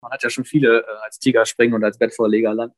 Man hat ja schon viele als Tiger springen und als Bettvorleger landen.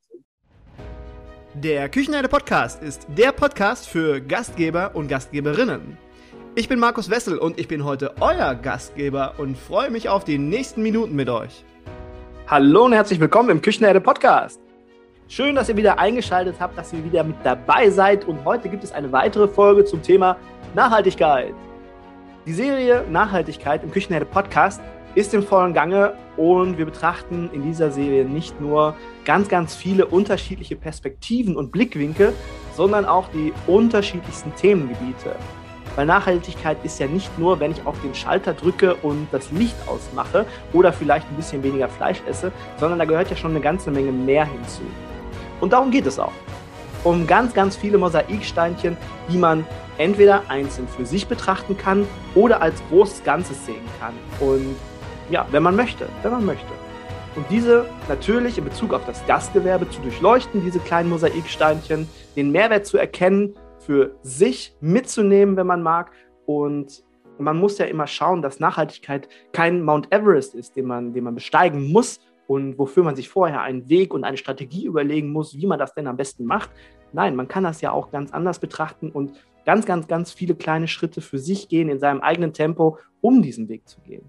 Der Küchenherde Podcast ist der Podcast für Gastgeber und Gastgeberinnen. Ich bin Markus Wessel und ich bin heute euer Gastgeber und freue mich auf die nächsten Minuten mit euch. Hallo und herzlich willkommen im Küchenherde Podcast. Schön, dass ihr wieder eingeschaltet habt, dass ihr wieder mit dabei seid und heute gibt es eine weitere Folge zum Thema Nachhaltigkeit. Die Serie Nachhaltigkeit im Küchenherde Podcast ist im vollen Gange und wir betrachten in dieser Serie nicht nur ganz viele unterschiedliche Perspektiven und Blickwinkel, sondern auch die unterschiedlichsten Themengebiete. Weil Nachhaltigkeit ist ja nicht nur, wenn ich auf den Schalter drücke und das Licht ausmache oder vielleicht ein bisschen weniger Fleisch esse, sondern da gehört ja schon eine ganze Menge mehr hinzu. Und darum geht es auch. Um ganz viele Mosaiksteinchen, die man entweder einzeln für sich betrachten kann oder als großes Ganzes sehen kann. Und ja, wenn man möchte. Und diese natürlich in Bezug auf das Gastgewerbe zu durchleuchten, diese kleinen Mosaiksteinchen, den Mehrwert zu erkennen, für sich mitzunehmen, wenn man mag. Und man muss ja immer schauen, dass Nachhaltigkeit kein Mount Everest ist, den man besteigen muss und wofür man sich vorher einen Weg und eine Strategie überlegen muss, wie man das denn am besten macht. Nein, man kann das ja auch ganz anders betrachten und ganz viele kleine Schritte für sich gehen in seinem eigenen Tempo, um diesen Weg zu gehen.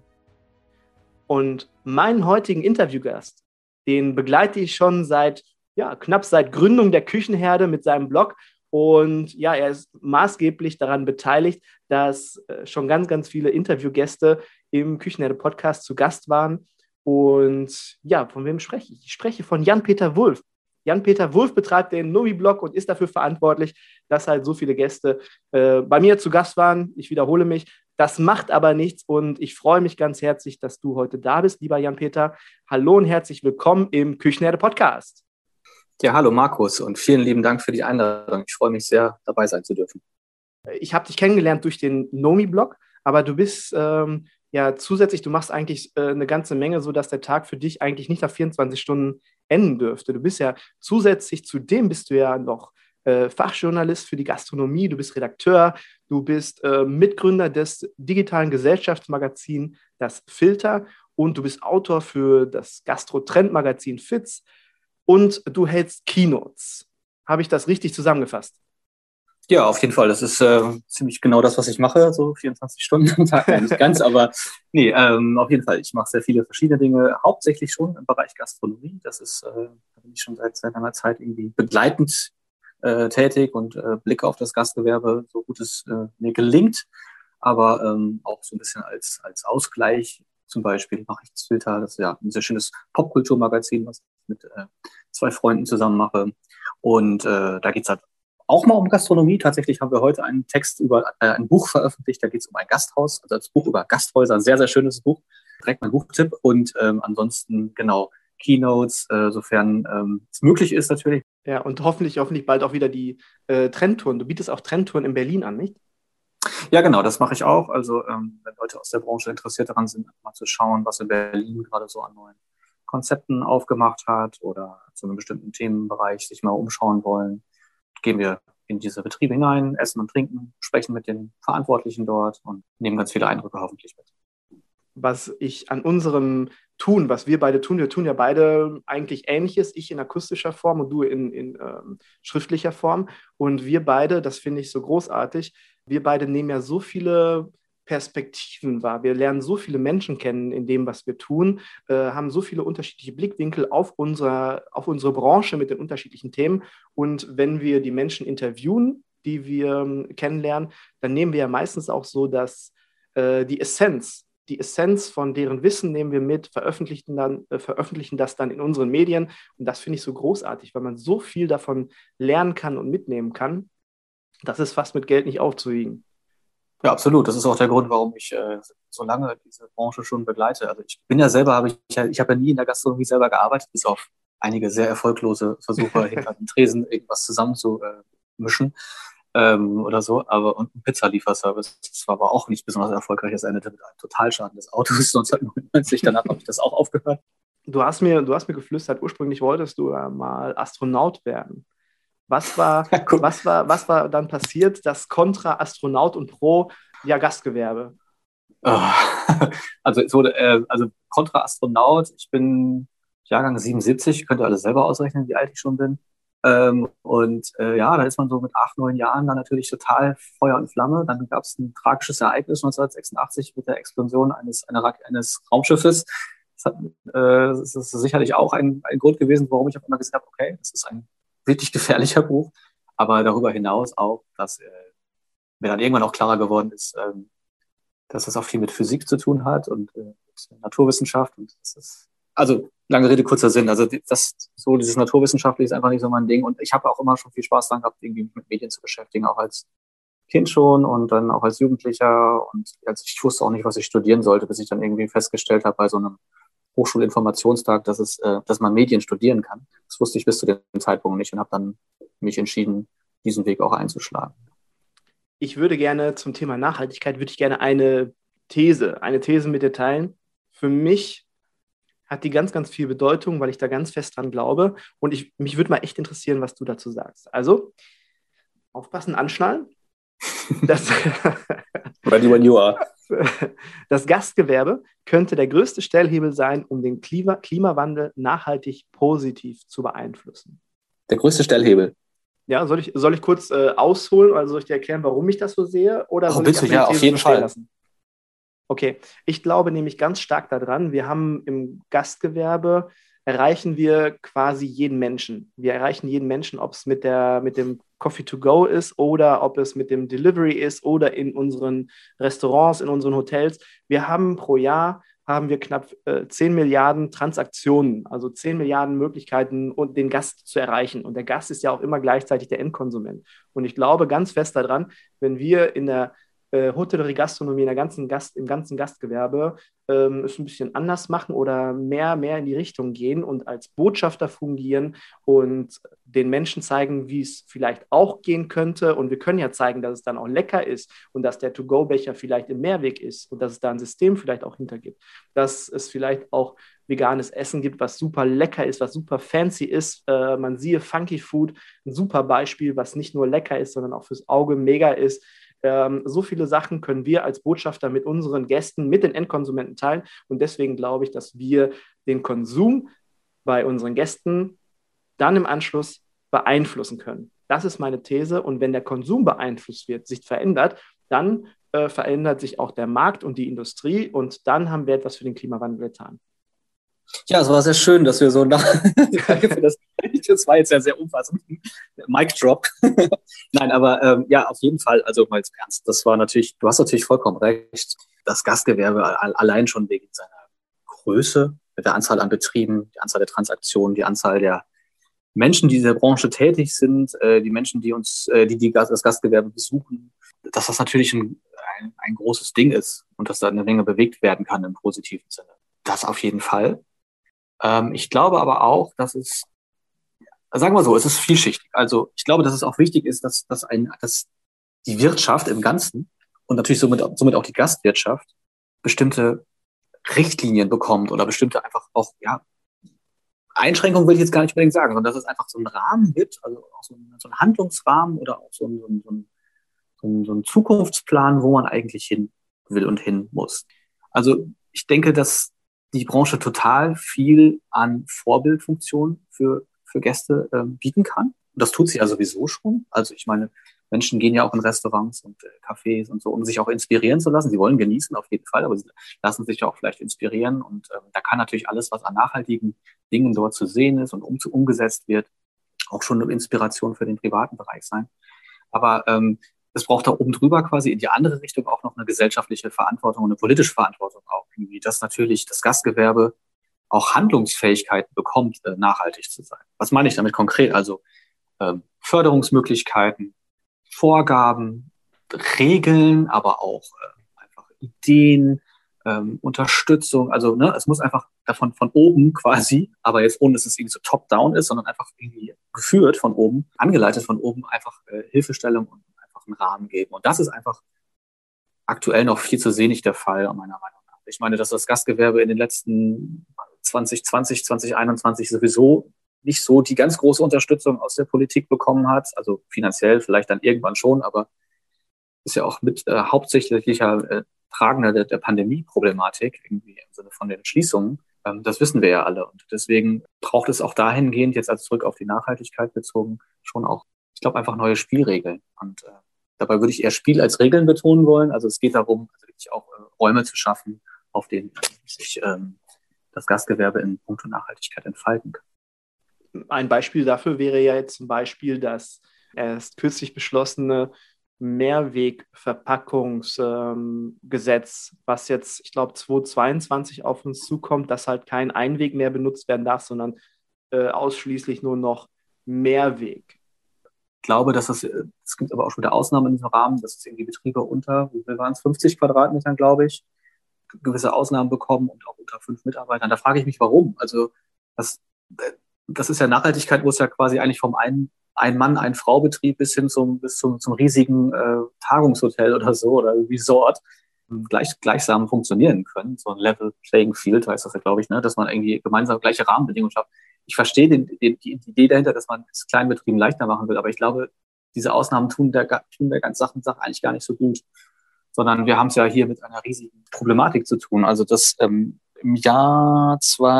Und meinen heutigen Interviewgast, den begleite ich schon knapp seit Gründung der Küchenherde mit seinem Blog. Und ja, er ist maßgeblich daran beteiligt, dass schon ganz viele Interviewgäste im Küchenherde-Podcast zu Gast waren. Und ja, von wem spreche ich? Ich spreche von Jan-Peter Wulff. Jan-Peter Wulff betreibt den Nomi-Blog und ist dafür verantwortlich, dass halt so viele Gäste bei mir zu Gast waren. Ich wiederhole mich. Das macht aber nichts und ich freue mich ganz herzlich, dass du heute da bist, lieber Jan-Peter. Hallo und herzlich willkommen im Küchenherde-Podcast. Ja, hallo Markus und vielen lieben Dank für die Einladung. Ich freue mich sehr, dabei sein zu dürfen. Ich habe dich kennengelernt durch den Nomi-Blog, aber du bist zusätzlich, du machst eigentlich eine ganze Menge, sodass der Tag für dich eigentlich nicht nach 24 Stunden enden dürfte. Du bist ja zusätzlich zu dem, bist du ja noch Fachjournalist für die Gastronomie, du bist Redakteur, du bist Mitgründer des digitalen Gesellschaftsmagazins Das Filter und du bist Autor für das Gastro-Trend-Magazin Fitz und du hältst Keynotes. Habe ich das richtig zusammengefasst? Ja, auf jeden Fall. Das ist ziemlich genau das, was ich mache, so 24 Stunden am Tag. Nicht ganz, aber nee, auf jeden Fall. Ich mache sehr viele verschiedene Dinge, hauptsächlich schon im Bereich Gastronomie. Das ist, da bin ich schon seit langer Zeit irgendwie begleitend tätig und blicke auf das Gastgewerbe, so gut es mir gelingt, aber auch so ein bisschen als Ausgleich. Zum Beispiel mache ich das Filter, das ist ja ein sehr schönes Popkulturmagazin, was ich mit 2 Freunden zusammen mache. Und da geht's halt auch mal um Gastronomie. Tatsächlich haben wir heute einen Text über ein Buch veröffentlicht, da geht es um ein Gasthaus, also das Buch über Gasthäuser, ein sehr schönes Buch. Direkt mein Buchtipp und ansonsten genau Keynotes, sofern es möglich ist natürlich. Ja, und hoffentlich bald auch wieder die Trendtouren. Du bietest auch Trendtouren in Berlin an, nicht? Ja, genau, das mache ich auch. Also wenn Leute aus der Branche interessiert daran sind, mal zu schauen, was in Berlin gerade so an neuen Konzepten aufgemacht hat oder zu einem bestimmten Themenbereich sich mal umschauen wollen, gehen wir in diese Betriebe hinein, essen und trinken, sprechen mit den Verantwortlichen dort und nehmen ganz viele Eindrücke hoffentlich mit. Was ich an unserem Tun, was wir beide tun, wir tun ja beide eigentlich Ähnliches, ich in akustischer Form und du in schriftlicher Form. Und wir beide, das finde ich so großartig, wir beide nehmen ja so viele Perspektiven wahr. Wir lernen so viele Menschen kennen in dem, was wir tun, haben so viele unterschiedliche Blickwinkel auf unsere Branche mit den unterschiedlichen Themen. Und wenn wir die Menschen interviewen, die wir kennenlernen, dann nehmen wir ja meistens auch so, dass die Essenz von deren Wissen nehmen wir mit, veröffentlichen das dann in unseren Medien. Und das finde ich so großartig, weil man so viel davon lernen kann und mitnehmen kann. Das ist fast mit Geld nicht aufzuwiegen. Ja, absolut. Das ist auch der Grund, warum ich so lange diese Branche schon begleite. Also ich bin ja selber, ich habe ja nie in der Gastronomie selber gearbeitet, bis auf einige sehr erfolglose Versuche hinter den Tresen irgendwas zusammenzumischen oder so. Aber und ein Pizzalieferservice, das war aber auch nicht besonders erfolgreich. Das endete mit einem Totalschaden des Autos 1999. Danach habe ich das auch aufgehört. Du hast mir geflüstert, ursprünglich wolltest du mal Astronaut werden. Was war dann passiert, das Kontra Astronaut und Pro Gastgewerbe? Also es wurde, also Kontraastronaut, ich bin Jahrgang 77, könnt ihr alle selber ausrechnen, wie alt ich schon bin. Ja, da ist man so mit 8, 9 Jahren dann natürlich total Feuer und Flamme. Dann gab es ein tragisches Ereignis 1986 mit der Explosion eines Raumschiffes. Das ist sicherlich auch ein Grund gewesen, warum ich auf einmal gesagt habe, okay, das ist ein wirklich gefährlicher Beruf. Aber darüber hinaus auch, dass mir dann irgendwann auch klarer geworden ist, dass das auch viel mit Physik zu tun hat und mit Naturwissenschaft. Und das ist, also lange Rede, kurzer Sinn. Also dieses Naturwissenschaftliche ist einfach nicht so mein Ding. Und ich habe auch immer schon viel Spaß daran gehabt, irgendwie mich mit Medien zu beschäftigen, auch als Kind schon und dann auch als Jugendlicher. Und ich wusste auch nicht, was ich studieren sollte, bis ich dann irgendwie festgestellt habe bei so einem Hochschulinformationstag, dass man Medien studieren kann. Das wusste ich bis zu dem Zeitpunkt nicht und habe dann mich entschieden, diesen Weg auch einzuschlagen. Ich würde gerne zum Thema Nachhaltigkeit, eine These mit dir teilen. Für mich hat die ganz, ganz viel Bedeutung, weil ich da ganz fest dran glaube. Und mich würde mal echt interessieren, was du dazu sagst. Also, aufpassen, anschnallen. Ready when you are. Das Gastgewerbe könnte der größte Stellhebel sein, um den Klimawandel nachhaltig positiv zu beeinflussen. Der größte Stellhebel. Ja, soll ich kurz ausholen, also soll ich dir erklären, warum ich das so sehe? Oder soll bitte, ich ja, auf jeden Fall. Lassen? Okay, ich glaube nämlich ganz stark daran, wir haben im Gastgewerbe, erreichen wir quasi jeden Menschen. Wir erreichen jeden Menschen, ob es mit dem Coffee to go ist oder ob es mit dem Delivery ist oder in unseren Restaurants, in unseren Hotels. Wir haben pro Jahr knapp 10 Milliarden Transaktionen, also 10 Milliarden Möglichkeiten, den Gast zu erreichen. Und der Gast ist ja auch immer gleichzeitig der Endkonsument. Und ich glaube ganz fest daran, wenn wir in der Hotellerie, Gastronomie, im ganzen Gastgewerbe es ein bisschen anders machen oder mehr in die Richtung gehen und als Botschafter fungieren und den Menschen zeigen, wie es vielleicht auch gehen könnte. Und wir können ja zeigen, dass es dann auch lecker ist und dass der To-Go-Becher vielleicht im Mehrweg ist und dass es da ein System vielleicht auch hintergibt. Dass es vielleicht auch veganes Essen gibt, was super lecker ist, was super fancy ist. Man siehe Funky Food, ein super Beispiel, was nicht nur lecker ist, sondern auch fürs Auge mega ist. So viele Sachen können wir als Botschafter mit unseren Gästen, mit den Endkonsumenten teilen. Und deswegen glaube ich, dass wir den Konsum bei unseren Gästen dann im Anschluss beeinflussen können. Das ist meine These. Und wenn der Konsum beeinflusst wird, sich verändert, dann verändert sich auch der Markt und die Industrie. Und dann haben wir etwas für den Klimawandel getan. Ja, es war sehr schön, dass wir so danke für das. Das war jetzt ja sehr umfassend. Mic Drop. Nein, aber ja, auf jeden Fall, also mal ernst, das war natürlich, du hast natürlich vollkommen recht, das Gastgewerbe allein schon wegen seiner Größe, mit der Anzahl an Betrieben, die Anzahl der Transaktionen, die Anzahl der Menschen, die in der Branche tätig sind, die Menschen, die das Gastgewerbe besuchen, dass das natürlich ein großes Ding ist und dass da eine Menge bewegt werden kann im positiven Sinne. Das auf jeden Fall. Ich glaube aber auch, dass sagen wir so, es ist vielschichtig. Also ich glaube, dass es auch wichtig ist, dass die Wirtschaft im Ganzen und natürlich somit auch die Gastwirtschaft bestimmte Richtlinien bekommt oder bestimmte einfach auch, ja, Einschränkungen will ich jetzt gar nicht unbedingt sagen, sondern dass es einfach so einen Rahmen gibt, also auch so einen Handlungsrahmen oder auch so einen Zukunftsplan, wo man eigentlich hin will und hin muss. Also ich denke, dass die Branche total viel an Vorbildfunktion für Gäste bieten kann. Und das tut sie ja sowieso schon. Also ich meine, Menschen gehen ja auch in Restaurants und Cafés und so, um sich auch inspirieren zu lassen. Sie wollen genießen auf jeden Fall, aber sie lassen sich ja auch vielleicht inspirieren. Und da kann natürlich alles, was an nachhaltigen Dingen dort zu sehen ist und umgesetzt wird, auch schon eine Inspiration für den privaten Bereich sein. Aber es braucht da oben drüber quasi in die andere Richtung auch noch eine gesellschaftliche Verantwortung und eine politische Verantwortung auch irgendwie, dass natürlich das Gastgewerbe auch Handlungsfähigkeiten bekommt, nachhaltig zu sein. Was meine ich damit konkret? Also Förderungsmöglichkeiten, Vorgaben, Regeln, aber auch einfach Ideen, Unterstützung. Also es muss einfach davon von oben quasi, aber jetzt ohne, dass es irgendwie so top-down ist, sondern einfach irgendwie geführt von oben, angeleitet von oben, einfach Hilfestellung und einen Rahmen geben. Und das ist einfach aktuell noch viel zu wenig der Fall, meiner Meinung nach. Ich meine, dass das Gastgewerbe in den letzten 2020, 2021 sowieso nicht so die ganz große Unterstützung aus der Politik bekommen hat. Also finanziell vielleicht dann irgendwann schon, aber ist ja auch mit hauptsächlicher Tragende der Pandemie-Problematik, irgendwie im Sinne von den Schließungen. Das wissen wir ja alle. Und deswegen braucht es auch dahingehend, jetzt als zurück auf die Nachhaltigkeit bezogen, schon auch, ich glaube, einfach neue Spielregeln. Und dabei würde ich eher Spiel als Regeln betonen wollen. Also es geht darum, also wirklich auch Räume zu schaffen, auf denen sich das Gastgewerbe in puncto Nachhaltigkeit entfalten kann. Ein Beispiel dafür wäre ja jetzt zum Beispiel das erst kürzlich beschlossene Mehrwegverpackungsgesetz, was jetzt, ich glaube, 2022 auf uns zukommt, dass halt kein Einweg mehr benutzt werden darf, sondern ausschließlich nur noch Mehrweg. Ich glaube, dass es gibt aber auch schon wieder Ausnahmen in diesem Rahmen, dass es irgendwie Betriebe unter, wie viel waren es, 50 Quadratmetern, glaube ich, gewisse Ausnahmen bekommen und auch unter 5 Mitarbeitern. Da frage ich mich, warum. Also das ist ja Nachhaltigkeit, wo es ja quasi eigentlich vom Ein-Mann-, Ein-Frau-Betrieb bis zum riesigen Tagungshotel oder so oder Resort gleichsam funktionieren können. So ein Level Playing Field heißt das ja, glaube ich, ne? Dass man irgendwie gemeinsam gleiche Rahmenbedingungen schafft. Ich verstehe die Idee dahinter, dass man es Kleinbetrieben leichter machen will, aber ich glaube, diese Ausnahmen tun der ganzen Sache eigentlich gar nicht so gut. Sondern wir haben es ja hier mit einer riesigen Problematik zu tun. Also dass im Jahr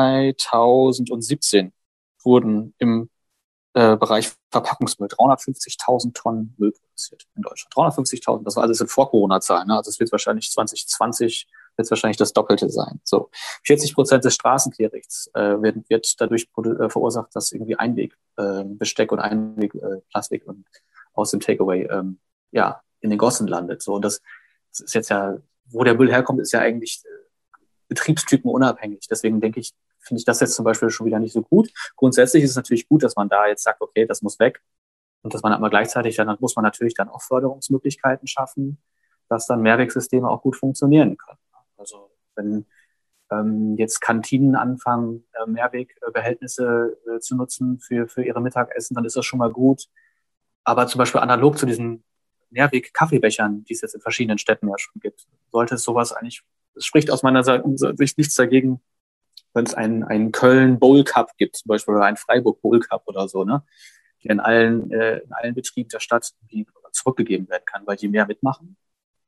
2017 wurden im Bereich Verpackungsmüll 350.000 Tonnen Müll produziert in Deutschland. 350.000, das war alles in Vor-Corona-Zahlen. Ne? Also es wird wahrscheinlich 2020 das Doppelte sein. So 40% des Straßenkehrichts wird dadurch verursacht, dass irgendwie Einwegbesteck und Einwegplastik und aus dem Takeaway in den Gossen landet. So, und das ist jetzt ja, wo der Müll herkommt, ist ja eigentlich Betriebstypen unabhängig. Deswegen finde ich das jetzt zum Beispiel schon wieder nicht so gut. Grundsätzlich ist es natürlich gut, dass man da jetzt sagt, okay, das muss weg. Und dass man aber gleichzeitig dann muss man natürlich dann auch Förderungsmöglichkeiten schaffen, dass dann Mehrwegsysteme auch gut funktionieren können. Also wenn jetzt Kantinen anfangen, Mehrwegbehältnisse zu nutzen für ihre Mittagessen, dann ist das schon mal gut. Aber zum Beispiel analog zu diesen Mehrweg-Kaffeebechern, die es jetzt in verschiedenen Städten ja schon gibt, sollte es sowas eigentlich, es spricht aus meiner Sicht nichts dagegen, wenn es einen Köln Bowl Cup gibt, zum Beispiel, oder einen Freiburg Bowl Cup oder so, ne, die in allen Betrieben der Stadt zurückgegeben werden kann, weil je mehr mitmachen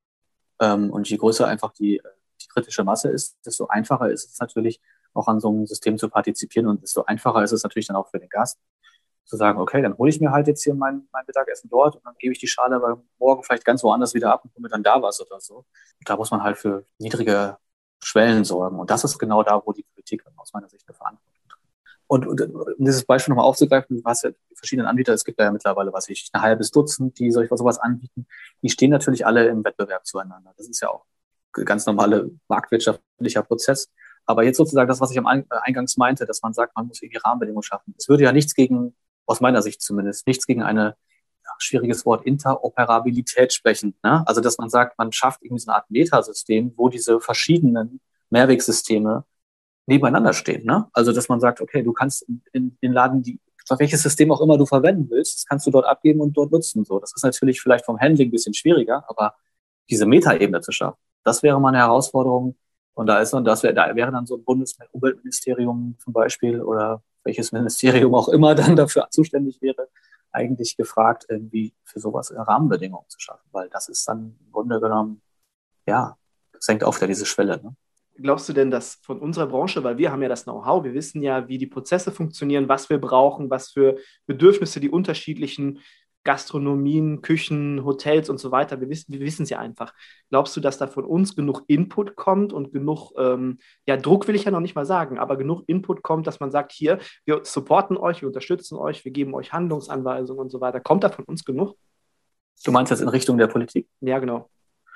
und je größer einfach die kritische Masse ist, desto einfacher ist es natürlich, auch an so einem System zu partizipieren und desto einfacher ist es natürlich dann auch für den Gast, zu sagen, okay, dann hole ich mir halt jetzt hier mein Mittagessen dort und dann gebe ich die Schale aber morgen vielleicht ganz woanders wieder ab und hole mir dann da was oder so. Und da muss man halt für niedrige Schwellen sorgen. Und das ist genau da, wo die Politik aus meiner Sicht eine Verantwortung hat. Und um dieses Beispiel nochmal aufzugreifen, du hast ja die verschiedenen Anbieter, es gibt ja mittlerweile, ein halbes Dutzend, die sowas anbieten. Die stehen natürlich alle im Wettbewerb zueinander. Das ist ja auch ein ganz normaler marktwirtschaftlicher Prozess. Aber jetzt sozusagen das, was ich am Eingangs meinte, dass man sagt, man muss irgendwie Rahmenbedingungen schaffen. Es würde ja aus meiner Sicht zumindest, nichts gegen eine, schwieriges Wort, Interoperabilität sprechen. Ne? Also, dass man sagt, man schafft irgendwie so eine Art Metasystem, wo diese verschiedenen Mehrwegsysteme nebeneinander stehen. Ne? Also, dass man sagt, okay, du kannst in den Laden, welches System auch immer du verwenden willst, das kannst du dort abgeben und dort nutzen. So, das ist natürlich vielleicht vom Handling ein bisschen schwieriger, aber diese Metaebene zu schaffen, das wäre mal eine Herausforderung. Und da wäre dann so ein Bundesumweltministerium zum Beispiel oder welches Ministerium auch immer dann dafür zuständig wäre, eigentlich gefragt, irgendwie für sowas Rahmenbedingungen zu schaffen, weil das ist dann im Grunde genommen, ja, senkt auf diese Schwelle. Ne? Glaubst du denn, dass von unserer Branche, weil wir haben ja das Know-how, wir wissen ja, wie die Prozesse funktionieren, was wir brauchen, was für Bedürfnisse die unterschiedlichen Gastronomien, Küchen, Hotels und so weiter, wir wissen es ja einfach. Glaubst du, dass da von uns genug Input kommt und genug, Druck will ich ja noch nicht mal sagen, aber genug Input kommt, dass man sagt, hier, wir supporten euch, wir unterstützen euch, wir geben euch Handlungsanweisungen und so weiter. Kommt da von uns genug? Du meinst jetzt in Richtung der Politik? Ja, genau.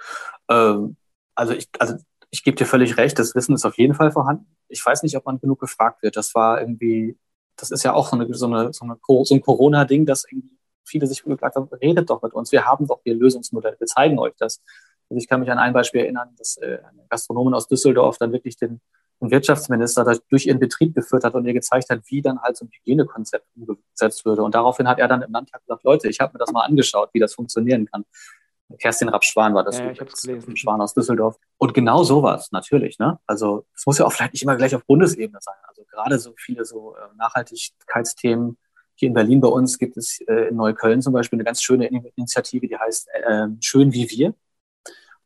Also ich gebe dir völlig recht, das Wissen ist auf jeden Fall vorhanden. Ich weiß nicht, ob man genug gefragt wird. Das ist ja auch so ein Corona-Ding, dass irgendwie viele sich gesagt haben, redet doch mit uns, wir haben doch hier Lösungsmodelle, wir zeigen euch das. Also ich kann mich an ein Beispiel erinnern, dass eine Gastronomin aus Düsseldorf dann wirklich den Wirtschaftsminister durch ihren Betrieb geführt hat und ihr gezeigt hat, wie dann halt so ein Hygienekonzept umgesetzt würde. Und daraufhin hat er dann im Landtag gesagt, Leute, ich habe mir das mal angeschaut, wie das funktionieren kann. Kerstin Rapp-Schwan war das. Ja, ich habe es gelesen. Schwan aus Düsseldorf. Und genau sowas, natürlich. Ne? Also es muss ja auch vielleicht nicht immer gleich auf Bundesebene sein. Also gerade so viele Nachhaltigkeitsthemen. Hier in Berlin bei uns gibt es in Neukölln zum Beispiel eine ganz schöne Initiative, die heißt Schön wie wir.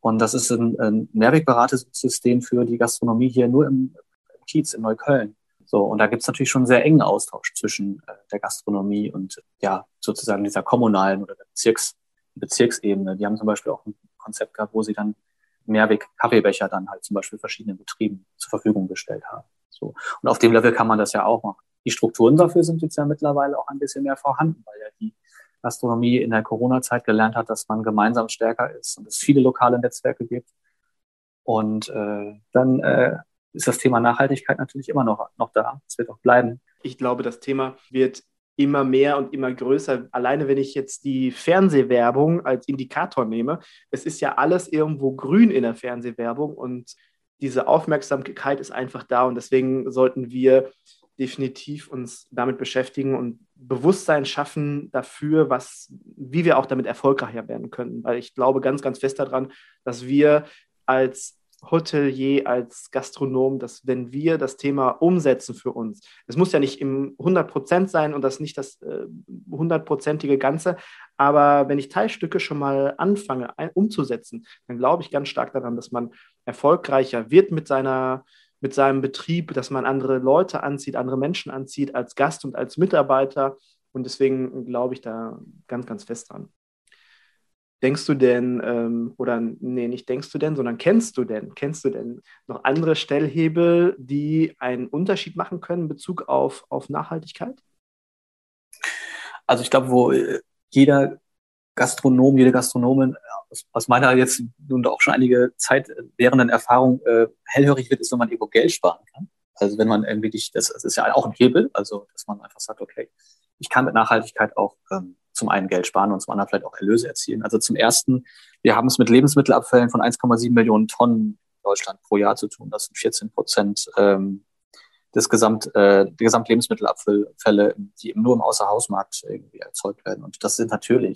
Und das ist ein Mehrwegberatungssystem für die Gastronomie hier nur im Kiez in Neukölln. So, und da gibt's natürlich schon einen sehr engen Austausch zwischen der Gastronomie und ja, sozusagen dieser kommunalen oder der Bezirksebene. Die haben zum Beispiel auch ein Konzept gehabt, wo sie dann Mehrweg-Kaffeebecher dann halt zum Beispiel verschiedenen Betrieben zur Verfügung gestellt haben. So. Und auf dem Level kann man das ja auch machen. Die Strukturen dafür sind jetzt ja mittlerweile auch ein bisschen mehr vorhanden, weil ja die Gastronomie in der Corona-Zeit gelernt hat, dass man gemeinsam stärker ist und es viele lokale Netzwerke gibt. Und dann ist das Thema Nachhaltigkeit natürlich immer noch da. Es wird auch bleiben. Ich glaube, das Thema wird immer mehr und immer größer. Alleine wenn ich jetzt die Fernsehwerbung als Indikator nehme, es ist ja alles irgendwo grün in der Fernsehwerbung und diese Aufmerksamkeit ist einfach da und deswegen sollten wir definitiv uns damit beschäftigen und Bewusstsein schaffen dafür, wie wir auch damit erfolgreicher werden können. Weil ich glaube ganz, ganz fest daran, dass wir als Hotelier, als Gastronom, dass wenn wir das Thema umsetzen für uns, es muss ja nicht im 100% sein und das nicht das 100%ige Ganze, aber wenn ich Teilstücke schon mal anfange umzusetzen, dann glaube ich ganz stark daran, dass man erfolgreicher wird mit seinem Betrieb, dass man andere Leute anzieht, andere Menschen anzieht als Gast und als Mitarbeiter und deswegen glaube ich da ganz, ganz fest dran. Denkst du denn, nicht denkst du denn, sondern kennst du denn noch andere Stellhebel, die einen Unterschied machen können in Bezug auf Nachhaltigkeit? Also ich glaube, wo jeder Gastronom, jede Gastronomin aus meiner jetzt nun auch schon einige Zeit währenden Erfahrung hellhörig wird, ist, wenn man irgendwo Geld sparen kann. Also wenn man irgendwie das ist ja auch ein Hebel, also dass man einfach sagt, okay, ich kann mit Nachhaltigkeit auch zum einen Geld sparen und zum anderen vielleicht auch Erlöse erzielen. Also zum ersten, wir haben es mit Lebensmittelabfällen von 1,7 Millionen Tonnen in Deutschland pro Jahr zu tun. Das sind 14% der Gesamtlebensmittelabfälle, die eben nur im Außerhausmarkt irgendwie erzeugt werden. Und das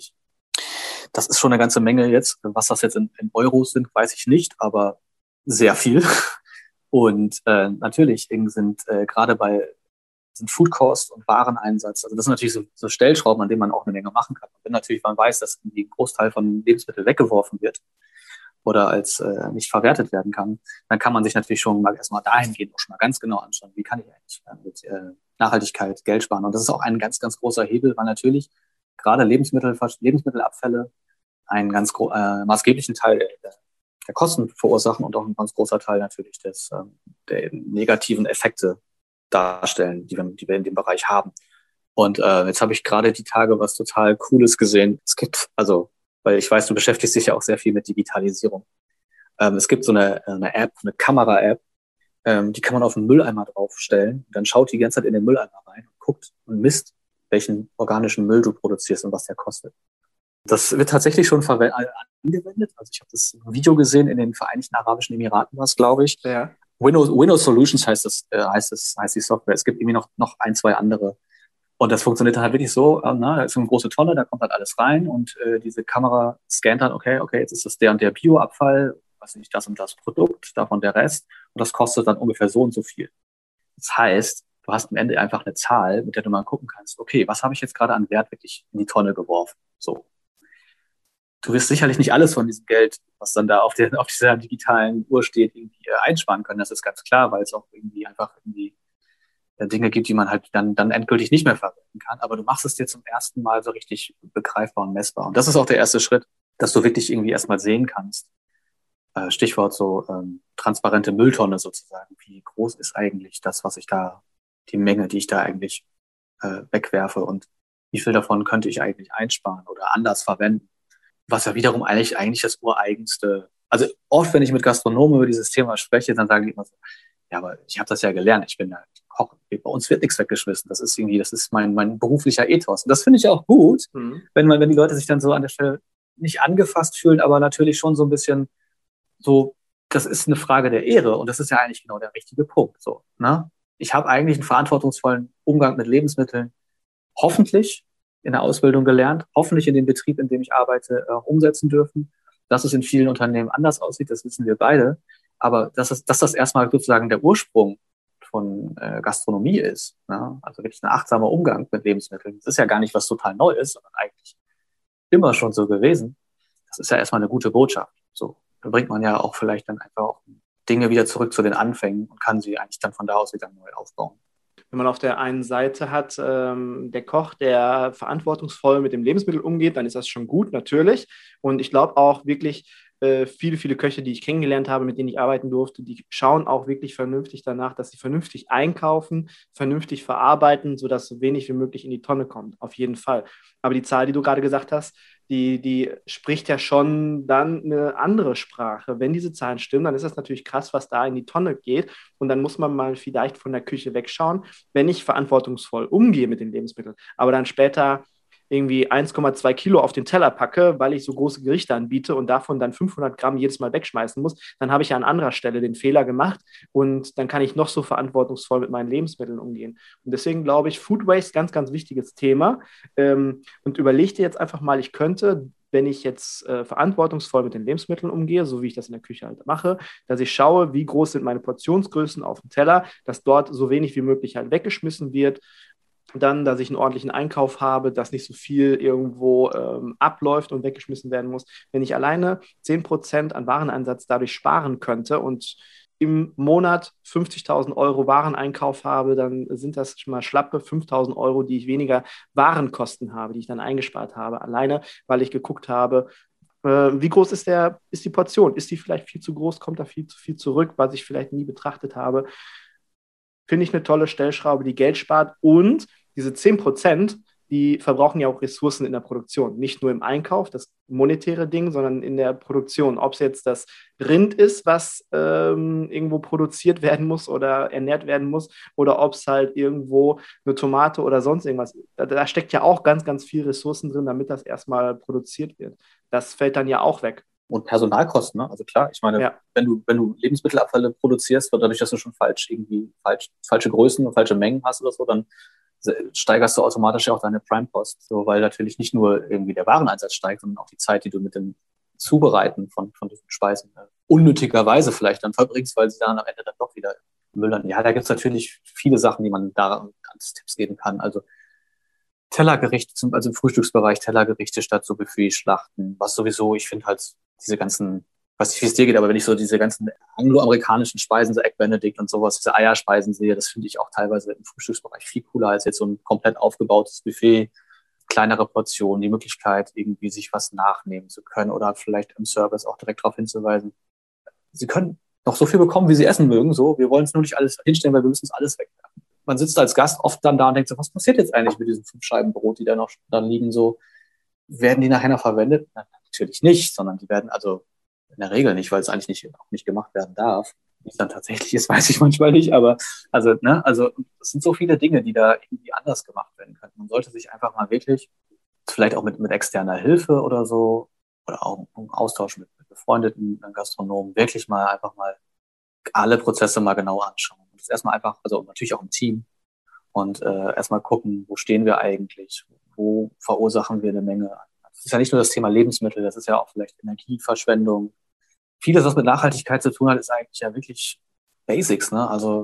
ist schon eine ganze Menge jetzt. Was das jetzt in Euros sind, weiß ich nicht, aber sehr viel. Und natürlich sind gerade sind Food Cost und Wareneinsatz. Also das sind natürlich so Stellschrauben, an denen man auch eine Menge machen kann. Und wenn natürlich man weiß, dass ein Großteil von Lebensmitteln weggeworfen wird oder als nicht verwertet werden kann, dann kann man sich natürlich schon mal erstmal dahingehend auch schon mal ganz genau anschauen, wie kann ich eigentlich mit Nachhaltigkeit Geld sparen. Und das ist auch ein ganz, ganz großer Hebel, weil natürlich gerade Lebensmittelabfälle einen ganz maßgeblichen Teil der Kosten verursachen und auch ein ganz großer Teil natürlich der negativen Effekte darstellen, die wir in dem Bereich haben. Und jetzt habe ich gerade die Tage was total Cooles gesehen. Es gibt, weil ich weiß, du beschäftigst dich ja auch sehr viel mit Digitalisierung. Es gibt so eine App, eine Kamera-App, die kann man auf den Mülleimer draufstellen. Dann schaut die ganze Zeit in den Mülleimer rein und guckt und misst, welchen organischen Müll du produzierst und was der kostet. Das wird tatsächlich schon angewendet. Also ich habe das Video gesehen in den Vereinigten Arabischen Emiraten, glaube ich. Ja. Windows Solutions heißt die Software. Es gibt irgendwie noch ein, zwei andere. Und das funktioniert dann halt wirklich so, da ist so eine große Tonne, da kommt halt alles rein und diese Kamera scannt dann, okay, jetzt ist das der und der Bioabfall, was nicht, das und das Produkt, davon der Rest. Und das kostet dann ungefähr so und so viel. Das heißt, du hast am Ende einfach eine Zahl, mit der du mal gucken kannst, okay, was habe ich jetzt gerade an Wert wirklich in die Tonne geworfen? So. Du wirst sicherlich nicht alles von diesem Geld, was dann da auf dieser digitalen Uhr steht, irgendwie einsparen können. Das ist ganz klar, weil es auch irgendwie Dinge gibt, die man halt dann endgültig nicht mehr verwenden kann. Aber du machst es dir zum ersten Mal so richtig begreifbar und messbar. Und das ist auch der erste Schritt, dass du wirklich irgendwie erstmal sehen kannst. Stichwort so transparente Mülltonne sozusagen. Wie groß ist eigentlich das, die Menge, die ich da eigentlich wegwerfe und wie viel davon könnte ich eigentlich einsparen oder anders verwenden? Was ja wiederum eigentlich das ureigenste, also oft, wenn ich mit Gastronomen über dieses Thema spreche, dann sagen die immer so, ja, aber ich habe das ja gelernt, ich bin ja Koch, bei uns wird nichts weggeschmissen, das ist mein beruflicher Ethos. Und das finde ich auch gut, wenn die Leute sich dann so an der Stelle nicht angefasst fühlen, aber natürlich schon so ein bisschen so, das ist eine Frage der Ehre und das ist ja eigentlich genau der richtige Punkt. So, ne? Ich habe eigentlich einen verantwortungsvollen Umgang mit Lebensmitteln, hoffentlich in der Ausbildung gelernt, hoffentlich in dem Betrieb, in dem ich arbeite, umsetzen dürfen. Dass es in vielen Unternehmen anders aussieht, das wissen wir beide. Aber dass das erstmal sozusagen der Ursprung von Gastronomie ist, ne? Also wirklich ein achtsamer Umgang mit Lebensmitteln. Das ist ja gar nicht was total Neues, sondern eigentlich immer schon so gewesen. Das ist ja erstmal eine gute Botschaft. So. bringt man ja auch vielleicht dann einfach auch Dinge wieder zurück zu den Anfängen und kann sie eigentlich dann von da aus wieder neu aufbauen. Wenn man auf der einen Seite hat, der Koch, der verantwortungsvoll mit dem Lebensmittel umgeht, dann ist das schon gut, natürlich. Und ich glaube auch wirklich, viele, viele Köche, die ich kennengelernt habe, mit denen ich arbeiten durfte, die schauen auch wirklich vernünftig danach, dass sie vernünftig einkaufen, vernünftig verarbeiten, sodass so wenig wie möglich in die Tonne kommt. Auf jeden Fall. Aber die Zahl, die du gerade gesagt hast, die spricht ja schon dann eine andere Sprache. Wenn diese Zahlen stimmen, dann ist das natürlich krass, was da in die Tonne geht. Und dann muss man mal vielleicht von der Küche wegschauen, wenn ich verantwortungsvoll umgehe mit den Lebensmitteln, aber dann später irgendwie 1,2 Kilo auf den Teller packe, weil ich so große Gerichte anbiete und davon dann 500 Gramm jedes Mal wegschmeißen muss, dann habe ich ja an anderer Stelle den Fehler gemacht und dann kann ich noch so verantwortungsvoll mit meinen Lebensmitteln umgehen. Und deswegen glaube ich, Food Waste, ganz, ganz wichtiges Thema. Und überleg dir jetzt einfach mal, ich könnte, wenn ich jetzt verantwortungsvoll mit den Lebensmitteln umgehe, so wie ich das in der Küche halt mache, dass ich schaue, wie groß sind meine Portionsgrößen auf dem Teller, dass dort so wenig wie möglich halt weggeschmissen wird. Dann, dass ich einen ordentlichen Einkauf habe, dass nicht so viel irgendwo abläuft und weggeschmissen werden muss. Wenn ich alleine 10% an Wareneinsatz dadurch sparen könnte und im Monat 50.000 Euro Wareneinkauf habe, dann sind das schon mal schlappe 5.000 Euro, die ich weniger Warenkosten habe, die ich dann eingespart habe. Alleine, weil ich geguckt habe, wie groß ist die Portion? Ist die vielleicht viel zu groß? Kommt da viel zu viel zurück, was ich vielleicht nie betrachtet habe? Finde ich eine tolle Stellschraube, die Geld spart. Und diese 10%, die verbrauchen ja auch Ressourcen in der Produktion. Nicht nur im Einkauf, das monetäre Ding, sondern in der Produktion. Ob es jetzt das Rind ist, was irgendwo produziert werden muss oder ernährt werden muss, oder ob es halt irgendwo eine Tomate oder sonst irgendwas ist. Da steckt ja auch ganz, ganz viel Ressourcen drin, damit das erstmal produziert wird. Das fällt dann ja auch weg. Und Personalkosten, ne? Also klar, ich meine, wenn du Lebensmittelabfälle produzierst, dadurch, dass du schon falsche Größen und falsche Mengen hast oder so, dann steigerst du automatisch auch deine Prime-Cost, so, weil natürlich nicht nur irgendwie der Wareneinsatz steigt, sondern auch die Zeit, die du mit dem Zubereiten von diesen Speisen unnötigerweise vielleicht dann verbringst, weil sie dann am Ende dann doch wieder Müll landen. Ja, da gibt es natürlich viele Sachen, die man da als Tipps geben kann. Also Tellergerichte, also im Frühstücksbereich Tellergerichte statt so Buffet-Schlachten, was sowieso, ich finde halt diese ganzen, weiß nicht, wie es dir geht, aber wenn ich so diese ganzen angloamerikanischen Speisen, so Egg Benedict und sowas, diese Eierspeisen sehe, das finde ich auch teilweise im Frühstücksbereich viel cooler als jetzt so ein komplett aufgebautes Buffet, kleinere Portionen, die Möglichkeit, irgendwie sich was nachnehmen zu können oder vielleicht im Service auch direkt darauf hinzuweisen. Sie können noch so viel bekommen, wie Sie essen mögen, so, wir wollen es nur nicht alles hinstellen, weil wir müssen es alles wegwerfen. Man sitzt als Gast oft dann da und denkt so, was passiert jetzt eigentlich mit diesen 5 Scheiben Brot, die da noch dann liegen, so, werden die nachher noch verwendet? Na, natürlich nicht, sondern die werden also in der Regel nicht, weil es eigentlich nicht gemacht werden darf. Wie es dann tatsächlich ist, weiß ich manchmal nicht, aber also es sind so viele Dinge, die da irgendwie anders gemacht werden können. Man sollte sich einfach mal wirklich, vielleicht auch mit externer Hilfe oder so, oder auch im Austausch mit befreundeten Gastronomen, wirklich mal einfach mal alle Prozesse mal genau anschauen. Das erstmal einfach, also natürlich auch im Team und erstmal gucken, wo stehen wir eigentlich, wo verursachen wir eine Menge. Das ist ja nicht nur das Thema Lebensmittel, das ist ja auch vielleicht Energieverschwendung. Vieles, was mit Nachhaltigkeit zu tun hat, ist eigentlich ja wirklich Basics, ne? Also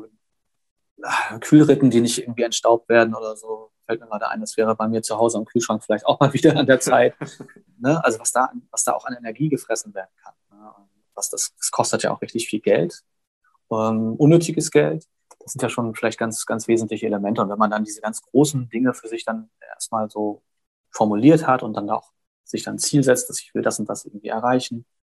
Kühlrippen, die nicht irgendwie entstaubt werden oder so, fällt mir gerade ein, das wäre bei mir zu Hause im Kühlschrank vielleicht auch mal wieder an der Zeit. Ne? Also was da auch an Energie gefressen werden kann. Ne? Das kostet ja auch richtig viel Geld. Unnötiges Geld. Das sind ja schon vielleicht ganz, ganz wesentliche Elemente. Und wenn man dann diese ganz großen Dinge für sich dann erstmal so formuliert hat und dann auch sich dann ein Ziel setzt, dass ich will das und das irgendwie erreichen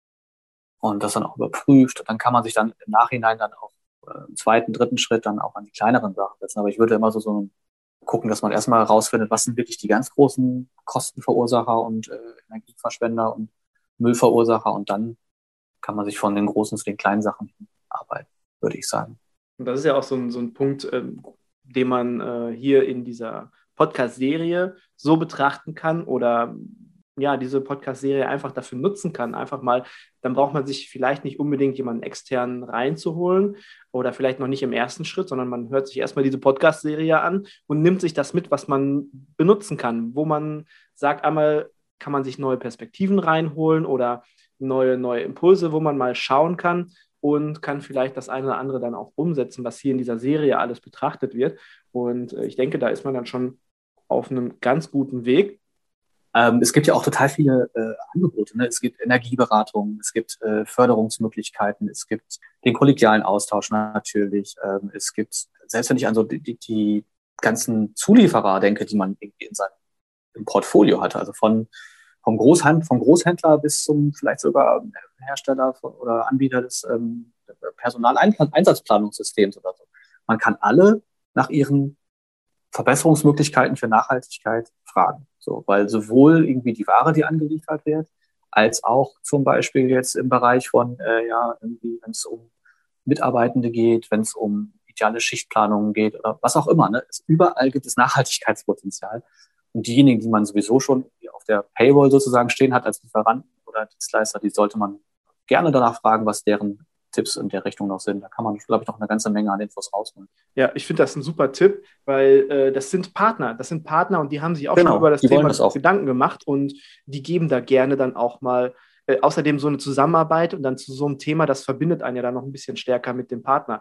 und das dann auch überprüft, dann kann man sich dann im Nachhinein dann auch im zweiten, dritten Schritt dann auch an die kleineren Sachen setzen. Aber ich würde immer so gucken, dass man erstmal herausfindet, was sind wirklich die ganz großen Kostenverursacher und Energieverschwender und Müllverursacher und dann kann man sich von den großen zu den kleinen Sachen arbeiten, würde ich sagen. Und das ist ja auch so ein Punkt, den man hier in dieser Podcast-Serie so betrachten kann oder ja, diese Podcast-Serie einfach dafür nutzen kann. Einfach mal, dann braucht man sich vielleicht nicht unbedingt jemanden externen reinzuholen oder vielleicht noch nicht im ersten Schritt, sondern man hört sich erstmal diese Podcast-Serie an und nimmt sich das mit, was man benutzen kann, wo man sagt, einmal kann man sich neue Perspektiven reinholen oder neue Impulse, wo man mal schauen kann und kann vielleicht das eine oder andere dann auch umsetzen, was hier in dieser Serie alles betrachtet wird. Und ich denke, da ist man dann schon auf einem ganz guten Weg. Es gibt ja auch total viele Angebote. Ne? Es gibt Energieberatung, es gibt Förderungsmöglichkeiten, es gibt den kollegialen Austausch natürlich. Es gibt, selbst wenn ich an so die ganzen Zulieferer denke, die man irgendwie im Portfolio hatte, also vom Großhändler bis zum vielleicht sogar Hersteller oder Anbieter des Personaleinsatzplanungssystems oder so. Man kann alle nach ihren Verbesserungsmöglichkeiten für Nachhaltigkeit fragen. So, weil sowohl irgendwie die Ware, die angeliefert wird, als auch zum Beispiel jetzt im Bereich von, irgendwie, wenn es um Mitarbeitende geht, wenn es um ideale Schichtplanungen geht oder was auch immer. Ne? Überall gibt es Nachhaltigkeitspotenzial. Und diejenigen, die man sowieso schon auf der Payroll sozusagen stehen hat als Lieferanten oder Dienstleister, die sollte man gerne danach fragen, was deren Tipps in der Richtung noch sind. Da kann man, glaube ich, noch eine ganze Menge an Infos rausholen. Ja, ich finde das ein super Tipp, weil das sind Partner und die haben sich auch schon über das Thema Gedanken gemacht und die geben da gerne dann auch mal außerdem so eine Zusammenarbeit und dann zu so einem Thema, das verbindet einen ja dann noch ein bisschen stärker mit dem Partner.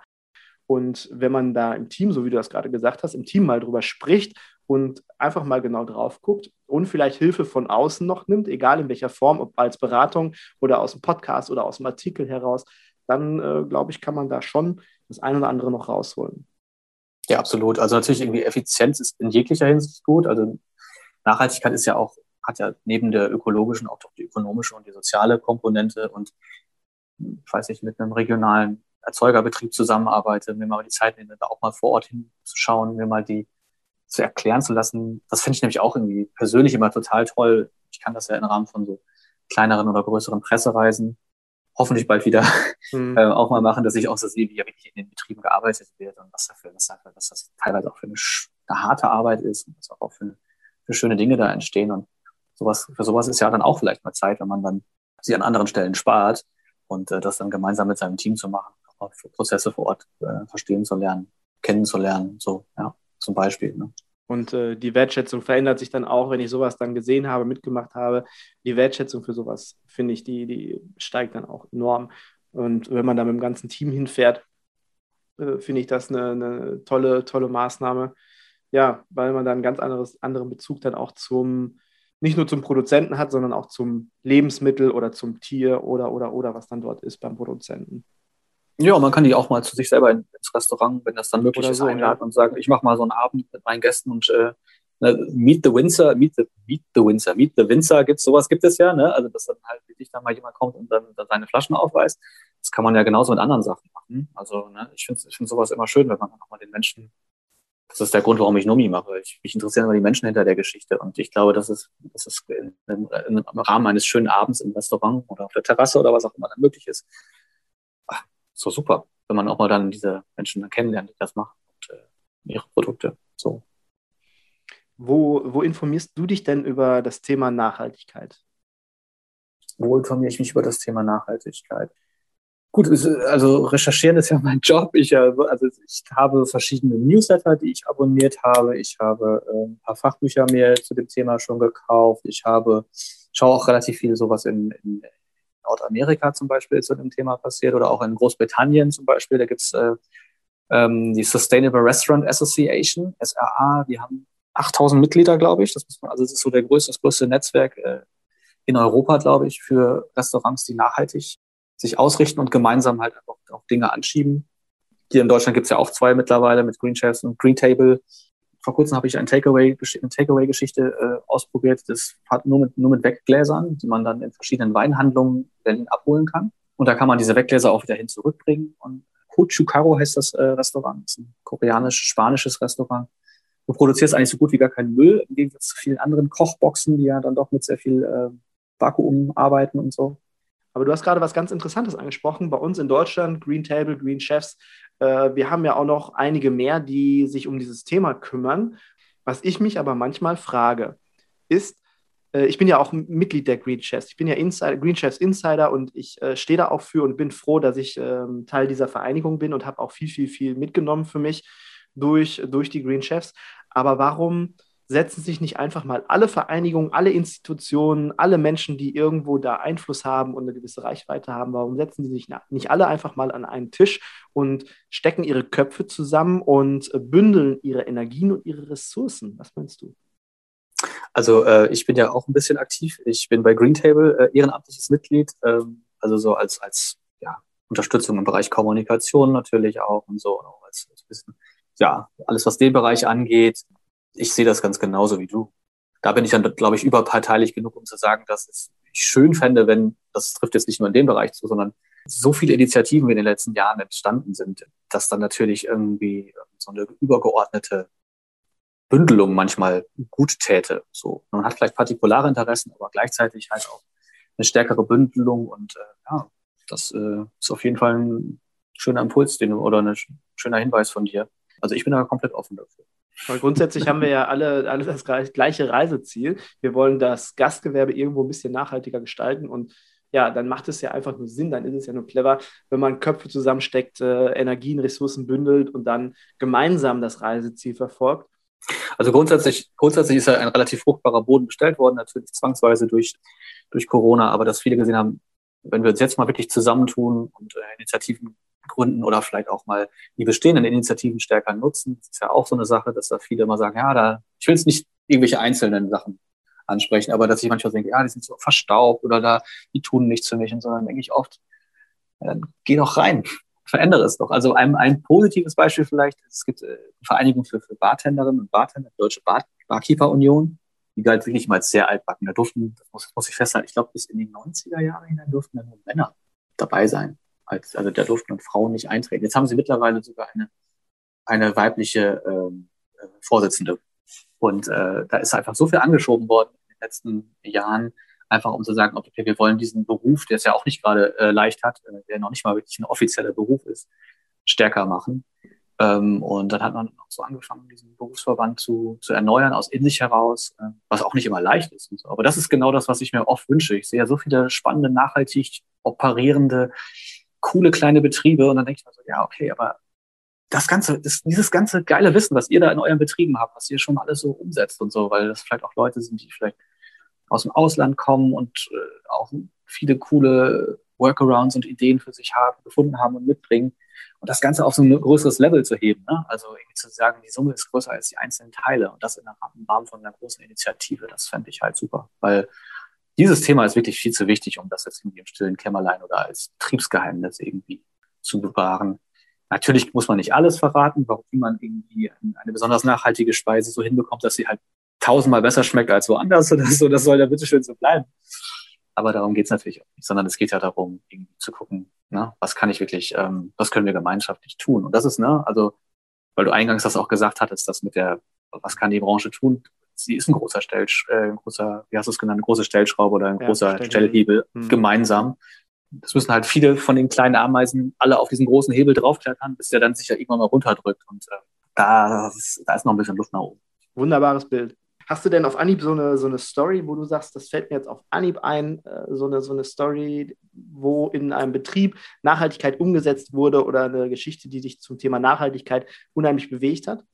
Und wenn man da im Team, so wie du das gerade gesagt hast, im Team mal drüber spricht und einfach mal genau drauf guckt und vielleicht Hilfe von außen noch nimmt, egal in welcher Form, ob als Beratung oder aus dem Podcast oder aus dem Artikel heraus, dann, glaube ich, kann man da schon das ein oder andere noch rausholen. Ja, absolut. Also natürlich irgendwie Effizienz ist in jeglicher Hinsicht gut. Also Nachhaltigkeit ist ja auch, hat ja neben der ökologischen auch die ökonomische und die soziale Komponente. Und ich weiß nicht, mit einem regionalen Erzeugerbetrieb zusammenarbeite, mir mal die Zeit nehme, da auch mal vor Ort hinzuschauen, mir mal die zu erklären zu lassen. Das finde ich nämlich auch irgendwie persönlich immer total toll. Ich kann das ja im Rahmen von so kleineren oder größeren Pressereisen hoffentlich bald wieder auch mal machen, dass ich auch so sehe, wie ja wirklich in den Betrieben gearbeitet wird und was das teilweise auch für eine harte Arbeit ist und was auch für schöne Dinge da entstehen. Und für sowas ist ja dann auch vielleicht mal Zeit, wenn man dann sie an anderen Stellen spart und das dann gemeinsam mit seinem Team zu machen, auch für Prozesse vor Ort verstehen zu lernen, kennenzulernen, so, ja, zum Beispiel. Ne? Und die Wertschätzung verändert sich dann auch, wenn ich sowas dann gesehen habe, mitgemacht habe. Die Wertschätzung für sowas, finde ich, die steigt dann auch enorm. Und wenn man da mit dem ganzen Team hinfährt, finde ich das eine tolle Maßnahme. Ja, weil man dann einen ganz anderen Bezug dann auch nicht nur zum Produzenten hat, sondern auch zum Lebensmittel oder zum Tier oder was dann dort ist beim Produzenten. Ja, man kann die auch mal zu sich selber ins Restaurant, wenn das dann möglich ist, einladen und sagen, ich mache mal so einen Abend mit meinen Gästen und Meet the Winzer sowas gibt es ja, ne? Also dass dann halt wirklich dann mal jemand kommt und dann seine Flaschen aufweist. Das kann man ja genauso mit anderen Sachen machen. Also ne, ich finde sowas immer schön, wenn man auch mal den Menschen, das ist der Grund, warum ich Nomi mache. Mich interessieren immer die Menschen hinter der Geschichte und ich glaube, das ist im Rahmen eines schönen Abends im Restaurant oder auf der Terrasse oder was auch immer dann möglich ist. So super, wenn man auch mal dann diese Menschen dann kennenlernt, die das machen und ihre Produkte. So. Wo informierst du dich denn über das Thema Nachhaltigkeit? Wo informiere ich mich über das Thema Nachhaltigkeit? Gut, also recherchieren ist ja mein Job. Ich habe verschiedene Newsletter, die ich abonniert habe. Ich habe ein paar Fachbücher mir zu dem Thema schon gekauft. Ich schaue auch relativ viel sowas in Nordamerika zum Beispiel zu dem Thema passiert oder auch in Großbritannien zum Beispiel. Da gibt es die Sustainable Restaurant Association, SRA. Die haben 8000 Mitglieder, glaube ich. Das ist so das größte Netzwerk in Europa, glaube ich, für Restaurants, die nachhaltig sich ausrichten und gemeinsam halt auch Dinge anschieben. Hier in Deutschland gibt es ja auch 2 mittlerweile mit Green Chefs und Green Table. Vor kurzem habe ich eine Takeaway-Geschichte ausprobiert. Das hat nur mit Weggläsern, die man dann in verschiedenen Weinhandlungen in Berlin abholen kann. Und da kann man diese Weggläser auch wieder hin zurückbringen. Und Kochukaro heißt das Restaurant. Das ist ein koreanisch-spanisches Restaurant. Du produzierst eigentlich so gut wie gar keinen Müll, im Gegensatz zu vielen anderen Kochboxen, die ja dann doch mit sehr viel Vakuum arbeiten und so. Aber du hast gerade was ganz Interessantes angesprochen. Bei uns in Deutschland, Green Table, Green Chefs, wir haben ja auch noch einige mehr, die sich um dieses Thema kümmern. Was ich mich aber manchmal frage, ist, ich bin ja auch Mitglied der Green Chefs. Ich bin ja Green Chefs Insider und ich stehe da auch für und bin froh, dass ich Teil dieser Vereinigung bin und habe auch viel mitgenommen für mich durch die Green Chefs. Aber warum setzen sich nicht einfach mal alle Vereinigungen, alle Institutionen, alle Menschen, die irgendwo da Einfluss haben und eine gewisse Reichweite haben, warum setzen die sich nicht alle einfach mal an einen Tisch und stecken ihre Köpfe zusammen und bündeln ihre Energien und ihre Ressourcen? Was meinst du? Also ich bin ja auch ein bisschen aktiv. Ich bin bei Green Table ehrenamtliches Mitglied, also so als ja, Unterstützung im Bereich Kommunikation natürlich auch und so, und auch als bisschen, ja, alles, was den Bereich angeht. Ich sehe das ganz genauso wie du. Da bin ich dann, glaube ich, überparteilich genug, um zu sagen, dass ich schön fände, wenn, das trifft jetzt nicht nur in dem Bereich zu, sondern so viele Initiativen in den letzten Jahren entstanden sind, dass dann natürlich irgendwie so eine übergeordnete Bündelung manchmal gut täte. So, man hat vielleicht partikulare Interessen, aber gleichzeitig halt auch eine stärkere Bündelung und ja, das ist auf jeden Fall ein schöner Impuls, oder ein schöner Hinweis von dir. Also ich bin da komplett offen dafür. Weil grundsätzlich haben wir ja alle das gleiche Reiseziel. Wir wollen das Gastgewerbe irgendwo ein bisschen nachhaltiger gestalten und ja, dann macht es ja einfach nur Sinn, dann ist es ja nur clever, wenn man Köpfe zusammensteckt, Energien, Ressourcen bündelt und dann gemeinsam das Reiseziel verfolgt. Also grundsätzlich ist ja ein relativ fruchtbarer Boden bestellt worden, natürlich zwangsweise durch Corona, aber dass viele gesehen haben, wenn wir uns jetzt mal wirklich zusammentun und Initiativen gründen oder vielleicht auch mal die bestehenden Initiativen stärker nutzen, das ist ja auch so eine Sache, dass da viele immer sagen, ja, ich will jetzt nicht irgendwelche einzelnen Sachen ansprechen, aber dass ich manchmal denke, ja, die sind so verstaubt oder die tun nichts für mich, und so, dann denke ich oft, ja, dann geh doch rein, verändere es doch. Also ein positives Beispiel vielleicht, es gibt eine Vereinigung für Bartenderinnen und Bartender, die Deutsche Barkeeper-Union, die galt wirklich mal als sehr altbacken. Da durften, das muss ich festhalten, ich glaube, bis in die 90er Jahre hinein durften da nur Männer dabei sein. Also da durften dann Frauen nicht eintreten. Jetzt haben sie mittlerweile sogar eine weibliche Vorsitzende. Und da ist einfach so viel angeschoben worden in den letzten Jahren, einfach um zu sagen, okay, wir wollen diesen Beruf, der es ja auch nicht gerade leicht hat, der noch nicht mal wirklich ein offizieller Beruf ist, stärker machen. Und dann hat man auch so angefangen, diesen Berufsverband zu erneuern, aus in sich heraus, was auch nicht immer leicht ist. Und so. Aber das ist genau das, was ich mir oft wünsche. Ich sehe ja so viele spannende, nachhaltig operierende, coole kleine Betriebe, und dann denke ich mir so, ja, okay, aber dieses ganze geile Wissen, was ihr da in euren Betrieben habt, was ihr schon alles so umsetzt und so, weil das vielleicht auch Leute sind, die vielleicht aus dem Ausland kommen und auch viele coole Workarounds und Ideen für sich gefunden haben und mitbringen. Und das Ganze auf so ein größeres Level zu heben. Ne? Also irgendwie zu sagen, die Summe ist größer als die einzelnen Teile. Und das im Rahmen von einer großen Initiative, das fände ich halt super. Weil dieses Thema ist wirklich viel zu wichtig, um das jetzt irgendwie im stillen Kämmerlein oder als Betriebsgeheimnis irgendwie zu bewahren. Natürlich muss man nicht alles verraten, wie man irgendwie eine besonders nachhaltige Speise so hinbekommt, dass sie halt 1000-mal besser schmeckt als woanders oder so. Das soll ja bitteschön so bleiben. Aber darum geht es natürlich auch nicht, sondern es geht ja darum, irgendwie zu gucken, ne, was kann ich wirklich, was können wir gemeinschaftlich tun? Und das ist, ne, also, weil du eingangs das auch gesagt hattest, dass was kann die Branche tun? Sie ist ein großer wie hast du es genannt, eine große Stellschraube oder ein großer Stellhebel gemeinsam. Das müssen halt viele von den kleinen Ameisen alle auf diesen großen Hebel draufklettern, bis der dann sich ja irgendwann mal runterdrückt. Und da ist noch ein bisschen Luft nach oben. Wunderbares Bild. Hast du denn auf Anhieb so eine Story, wo du sagst, das fällt mir jetzt auf Anhieb ein, so eine Story, wo in einem Betrieb Nachhaltigkeit umgesetzt wurde oder eine Geschichte, die dich zum Thema Nachhaltigkeit unheimlich bewegt hat?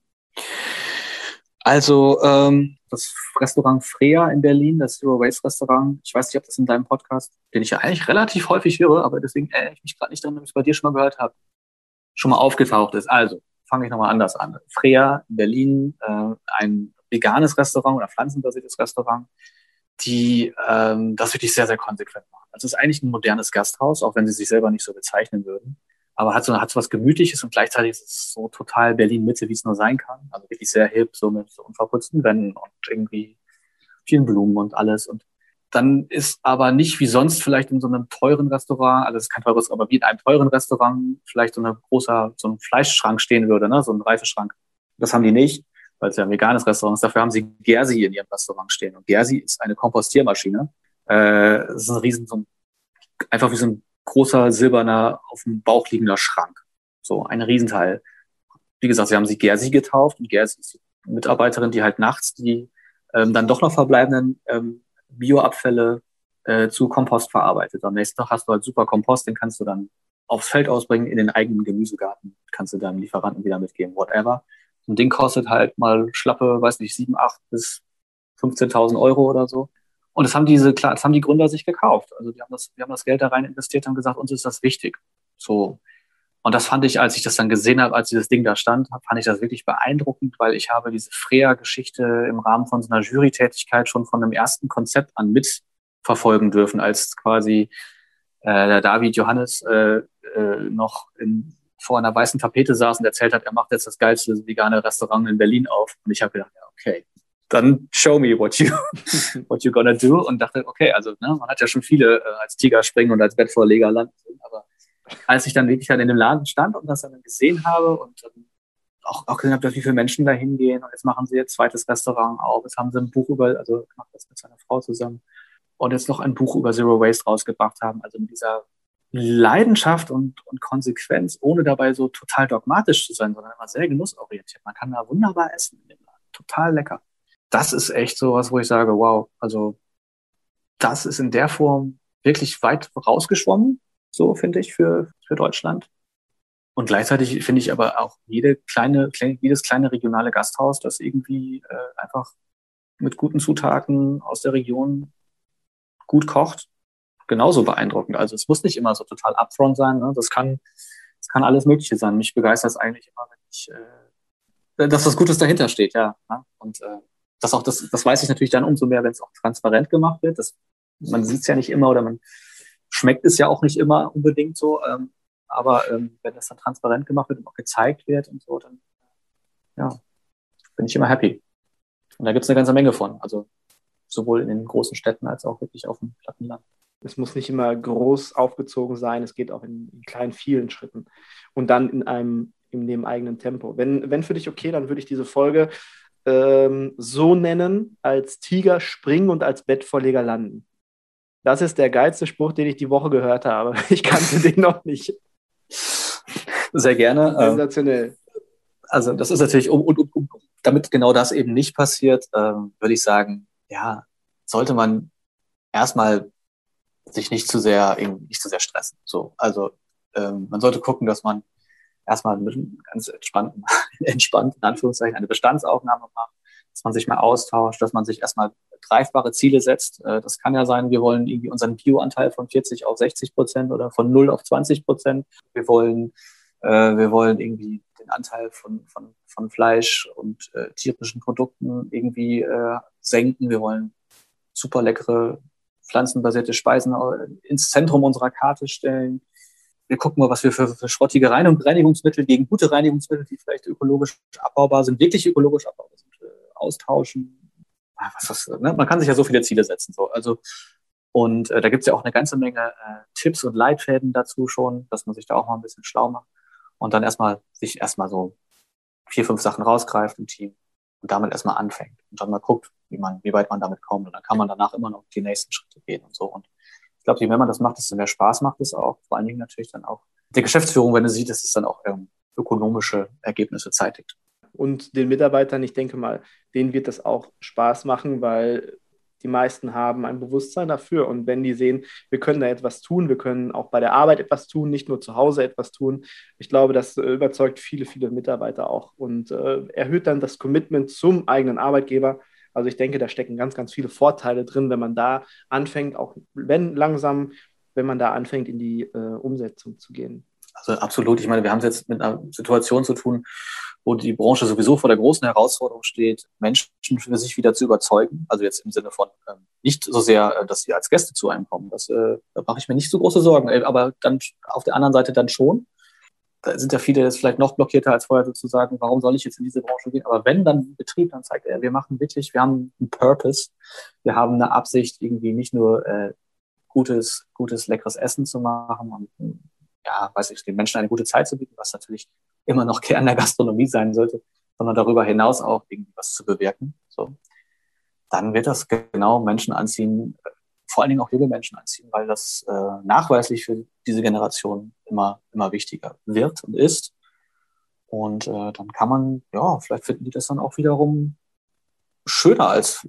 Also das Restaurant Freya in Berlin, das Zero Waste Restaurant, ich weiß nicht, ob das in deinem Podcast, den ich ja eigentlich relativ häufig höre, aber deswegen erinnere ich mich gerade nicht dran, ob ich es bei dir schon mal gehört habe, schon mal aufgetaucht ist. Also fange ich nochmal anders an. Freya in Berlin, ein veganes Restaurant oder pflanzenbasiertes Restaurant, die das wirklich sehr, sehr konsequent machen. Das ist eigentlich ein modernes Gasthaus, auch wenn sie sich selber nicht so bezeichnen würden. Aber hat so was Gemütliches und gleichzeitig ist es so total Berlin-Mitte, wie es nur sein kann. Also wirklich sehr hip, so mit so unverputzten Wänden und irgendwie vielen Blumen und alles. Und dann ist aber nicht wie sonst vielleicht in so einem teuren Restaurant, also es ist kein teures, aber wie in einem teuren Restaurant vielleicht so ein Fleischschrank stehen würde, ne, so ein Reifeschrank. Das haben die nicht, weil es ja ein veganes Restaurant ist. Dafür haben sie Gersi in ihrem Restaurant stehen. Und Gersi ist eine Kompostiermaschine. Das ist einfach wie so ein großer silberner, auf dem Bauch liegender Schrank. So ein Riesenteil. Wie gesagt, sie haben sie Gersi getauft und Gersi ist die Mitarbeiterin, die halt nachts die dann doch noch verbleibenden Bioabfälle zu Kompost verarbeitet. Am nächsten Tag hast du halt super Kompost, den kannst du dann aufs Feld ausbringen, in den eigenen Gemüsegarten, kannst du deinem Lieferanten wieder mitgeben, whatever. So ein Ding kostet halt mal schlappe, weiß nicht, 7.000, 8.000 bis 15.000 Euro oder so. Und das haben die Gründer sich gekauft. Also wir haben das Geld da rein investiert und gesagt, uns ist das wichtig. So. Und das fand ich, als ich das dann gesehen habe, als dieses Ding da stand, fand ich das wirklich beeindruckend, weil ich habe diese Freya-Geschichte im Rahmen von so einer Jury-Tätigkeit schon von einem ersten Konzept an mitverfolgen dürfen, als quasi der David Johannes noch vor einer weißen Tapete saß und erzählt hat, er macht jetzt das geilste vegane Restaurant in Berlin auf. Und ich habe gedacht, ja, okay, dann show me what you gonna do. Und dachte, okay, also man hat ja schon viele als Tiger springen und als Bettvorleger landen, aber als ich dann wirklich in dem Laden stand und das dann gesehen habe und auch gesehen habe, wie viele Menschen da hingehen und jetzt machen sie ihr zweites Restaurant auf, jetzt haben sie ein Buch also gemacht das mit seiner Frau zusammen und jetzt noch ein Buch über Zero Waste rausgebracht haben, also mit dieser Leidenschaft und Konsequenz, ohne dabei so total dogmatisch zu sein, sondern immer sehr genussorientiert. Man kann da wunderbar essen in dem Laden, total lecker. Das ist echt sowas, wo ich sage, wow, also das ist in der Form wirklich weit rausgeschwommen, so finde ich, für Deutschland. Und gleichzeitig finde ich aber auch jedes kleine regionale Gasthaus, das irgendwie einfach mit guten Zutaten aus der Region gut kocht, genauso beeindruckend. Also es muss nicht immer so total upfront sein. Ne? Das kann alles Mögliche sein. Mich begeistert es eigentlich immer, dass was Gutes dahinter steht, ja. Ne? Und das weiß ich natürlich dann umso mehr, wenn es auch transparent gemacht wird. Man sieht es ja nicht immer oder man schmeckt es ja auch nicht immer unbedingt so. Aber wenn das dann transparent gemacht wird und auch gezeigt wird und so, dann bin ich immer happy. Und da gibt es eine ganze Menge von. Also sowohl in den großen Städten als auch wirklich auf dem Plattenland. Es muss nicht immer groß aufgezogen sein, es geht auch in kleinen, vielen Schritten und dann in dem eigenen Tempo. Wenn für dich okay, dann würde ich diese Folge so nennen, als Tiger springen und als Bettvorleger landen. Das ist der geilste Spruch, den ich die Woche gehört habe. Ich kannte den noch nicht. Sehr gerne. Sensationell. Also das ist natürlich, damit genau das eben nicht passiert, würde ich sagen, ja, sollte man erstmal sich nicht zu sehr stressen. So, also man sollte gucken, dass man erstmal mit einem ganz entspannt in Anführungszeichen eine Bestandsaufnahme macht, dass man sich mal austauscht, dass man sich erstmal greifbare Ziele setzt. Das kann ja sein, wir wollen irgendwie unseren Bioanteil von 40 auf 60% oder von 0 auf 20%. Wir wollen irgendwie den Anteil von Fleisch und tierischen Produkten irgendwie senken. Wir wollen super leckere pflanzenbasierte Speisen ins Zentrum unserer Karte stellen. Wir gucken mal, was wir für schrottige Reinigungsmittel gegen gute Reinigungsmittel, die vielleicht ökologisch abbaubar sind, wirklich ökologisch abbaubar sind, austauschen. Man kann sich ja so viele Ziele setzen. So. Also, und da gibt es ja auch eine ganze Menge Tipps und Leitfäden dazu schon, dass man sich da auch mal ein bisschen schlau macht und dann sich erstmal so 4, 5 Sachen rausgreift im Team und damit erstmal anfängt und dann mal guckt, wie weit man damit kommt. Und dann kann man danach immer noch die nächsten Schritte gehen und so. Und ich glaube, je mehr man das macht, desto mehr Spaß macht es auch. Vor allen Dingen natürlich dann auch der Geschäftsführung, wenn du siehst, dass es dann auch ökonomische Ergebnisse zeitigt. Und den Mitarbeitern, ich denke mal, denen wird das auch Spaß machen, weil die meisten haben ein Bewusstsein dafür. Und wenn die sehen, wir können da etwas tun, wir können auch bei der Arbeit etwas tun, nicht nur zu Hause etwas tun. Ich glaube, das überzeugt viele, viele Mitarbeiter auch und erhöht dann das Commitment zum eigenen Arbeitgeber. Also ich denke, da stecken ganz, ganz viele Vorteile drin, wenn man da anfängt, auch wenn man da anfängt, in die Umsetzung zu gehen. Also absolut. Ich meine, wir haben es jetzt mit einer Situation zu tun, wo die Branche sowieso vor der großen Herausforderung steht, Menschen für sich wieder zu überzeugen. Also jetzt im Sinne von nicht so sehr, dass sie als Gäste zu einem kommen. Da mache ich mir nicht so große Sorgen. Aber dann auf der anderen Seite dann schon. Da sind ja viele jetzt vielleicht noch blockierter als vorher sozusagen, warum soll ich jetzt in diese Branche gehen? Aber wenn dann Betrieb, dann zeigt er, wir haben einen Purpose, wir haben eine Absicht, irgendwie nicht nur gutes, leckeres Essen zu machen und den Menschen eine gute Zeit zu bieten, was natürlich immer noch Kern der Gastronomie sein sollte, sondern darüber hinaus auch irgendwie was zu bewirken. So. Dann wird das genau Menschen anziehen, vor allen Dingen auch junge Menschen anziehen, weil das nachweislich für diese Generation immer wichtiger wird und ist. Und dann kann man, vielleicht finden die das dann auch wiederum schöner als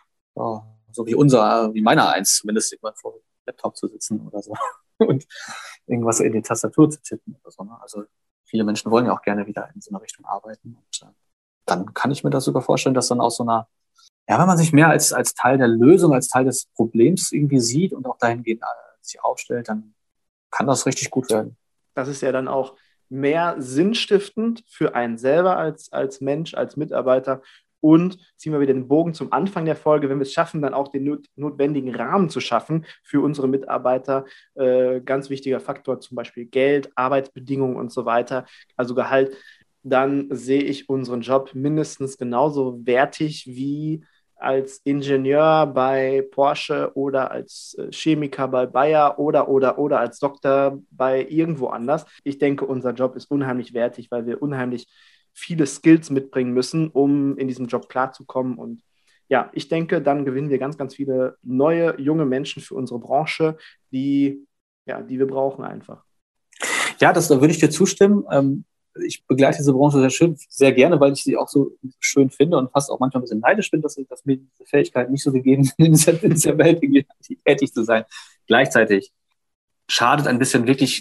so wie meiner eins, zumindest immer vor dem Laptop zu sitzen oder so und irgendwas in die Tastatur zu tippen oder so. Ne? Also viele Menschen wollen ja auch gerne wieder in so einer Richtung arbeiten. Und dann kann ich mir das sogar vorstellen, dass dann aus so einer, wenn man sich mehr als Teil der Lösung, als Teil des Problems irgendwie sieht und auch dahingehend sich aufstellt, dann kann das richtig gut werden. Das ist ja dann auch mehr sinnstiftend für einen selber als Mensch, als Mitarbeiter. Und ziehen wir wieder den Bogen zum Anfang der Folge, wenn wir es schaffen, dann auch den notwendigen Rahmen zu schaffen für unsere Mitarbeiter. Ganz wichtiger Faktor, zum Beispiel Geld, Arbeitsbedingungen und so weiter, also Gehalt. Dann sehe ich unseren Job mindestens genauso wertig wie als Ingenieur bei Porsche oder als Chemiker bei Bayer oder als Doktor bei irgendwo anders. Ich denke, unser Job ist unheimlich wertig, weil wir unheimlich viele Skills mitbringen müssen, um in diesem Job klarzukommen. Und ja, ich denke, dann gewinnen wir ganz, ganz viele neue, junge Menschen für unsere Branche, die wir brauchen einfach. Ja, da würde ich dir zustimmen. Ich begleite diese Branche sehr gerne, weil ich sie auch so schön finde und fast auch manchmal ein bisschen neidisch bin, dass mir diese Fähigkeit nicht so gegeben sind, in dieser Welt tätig zu sein. Gleichzeitig schadet ein bisschen wirklich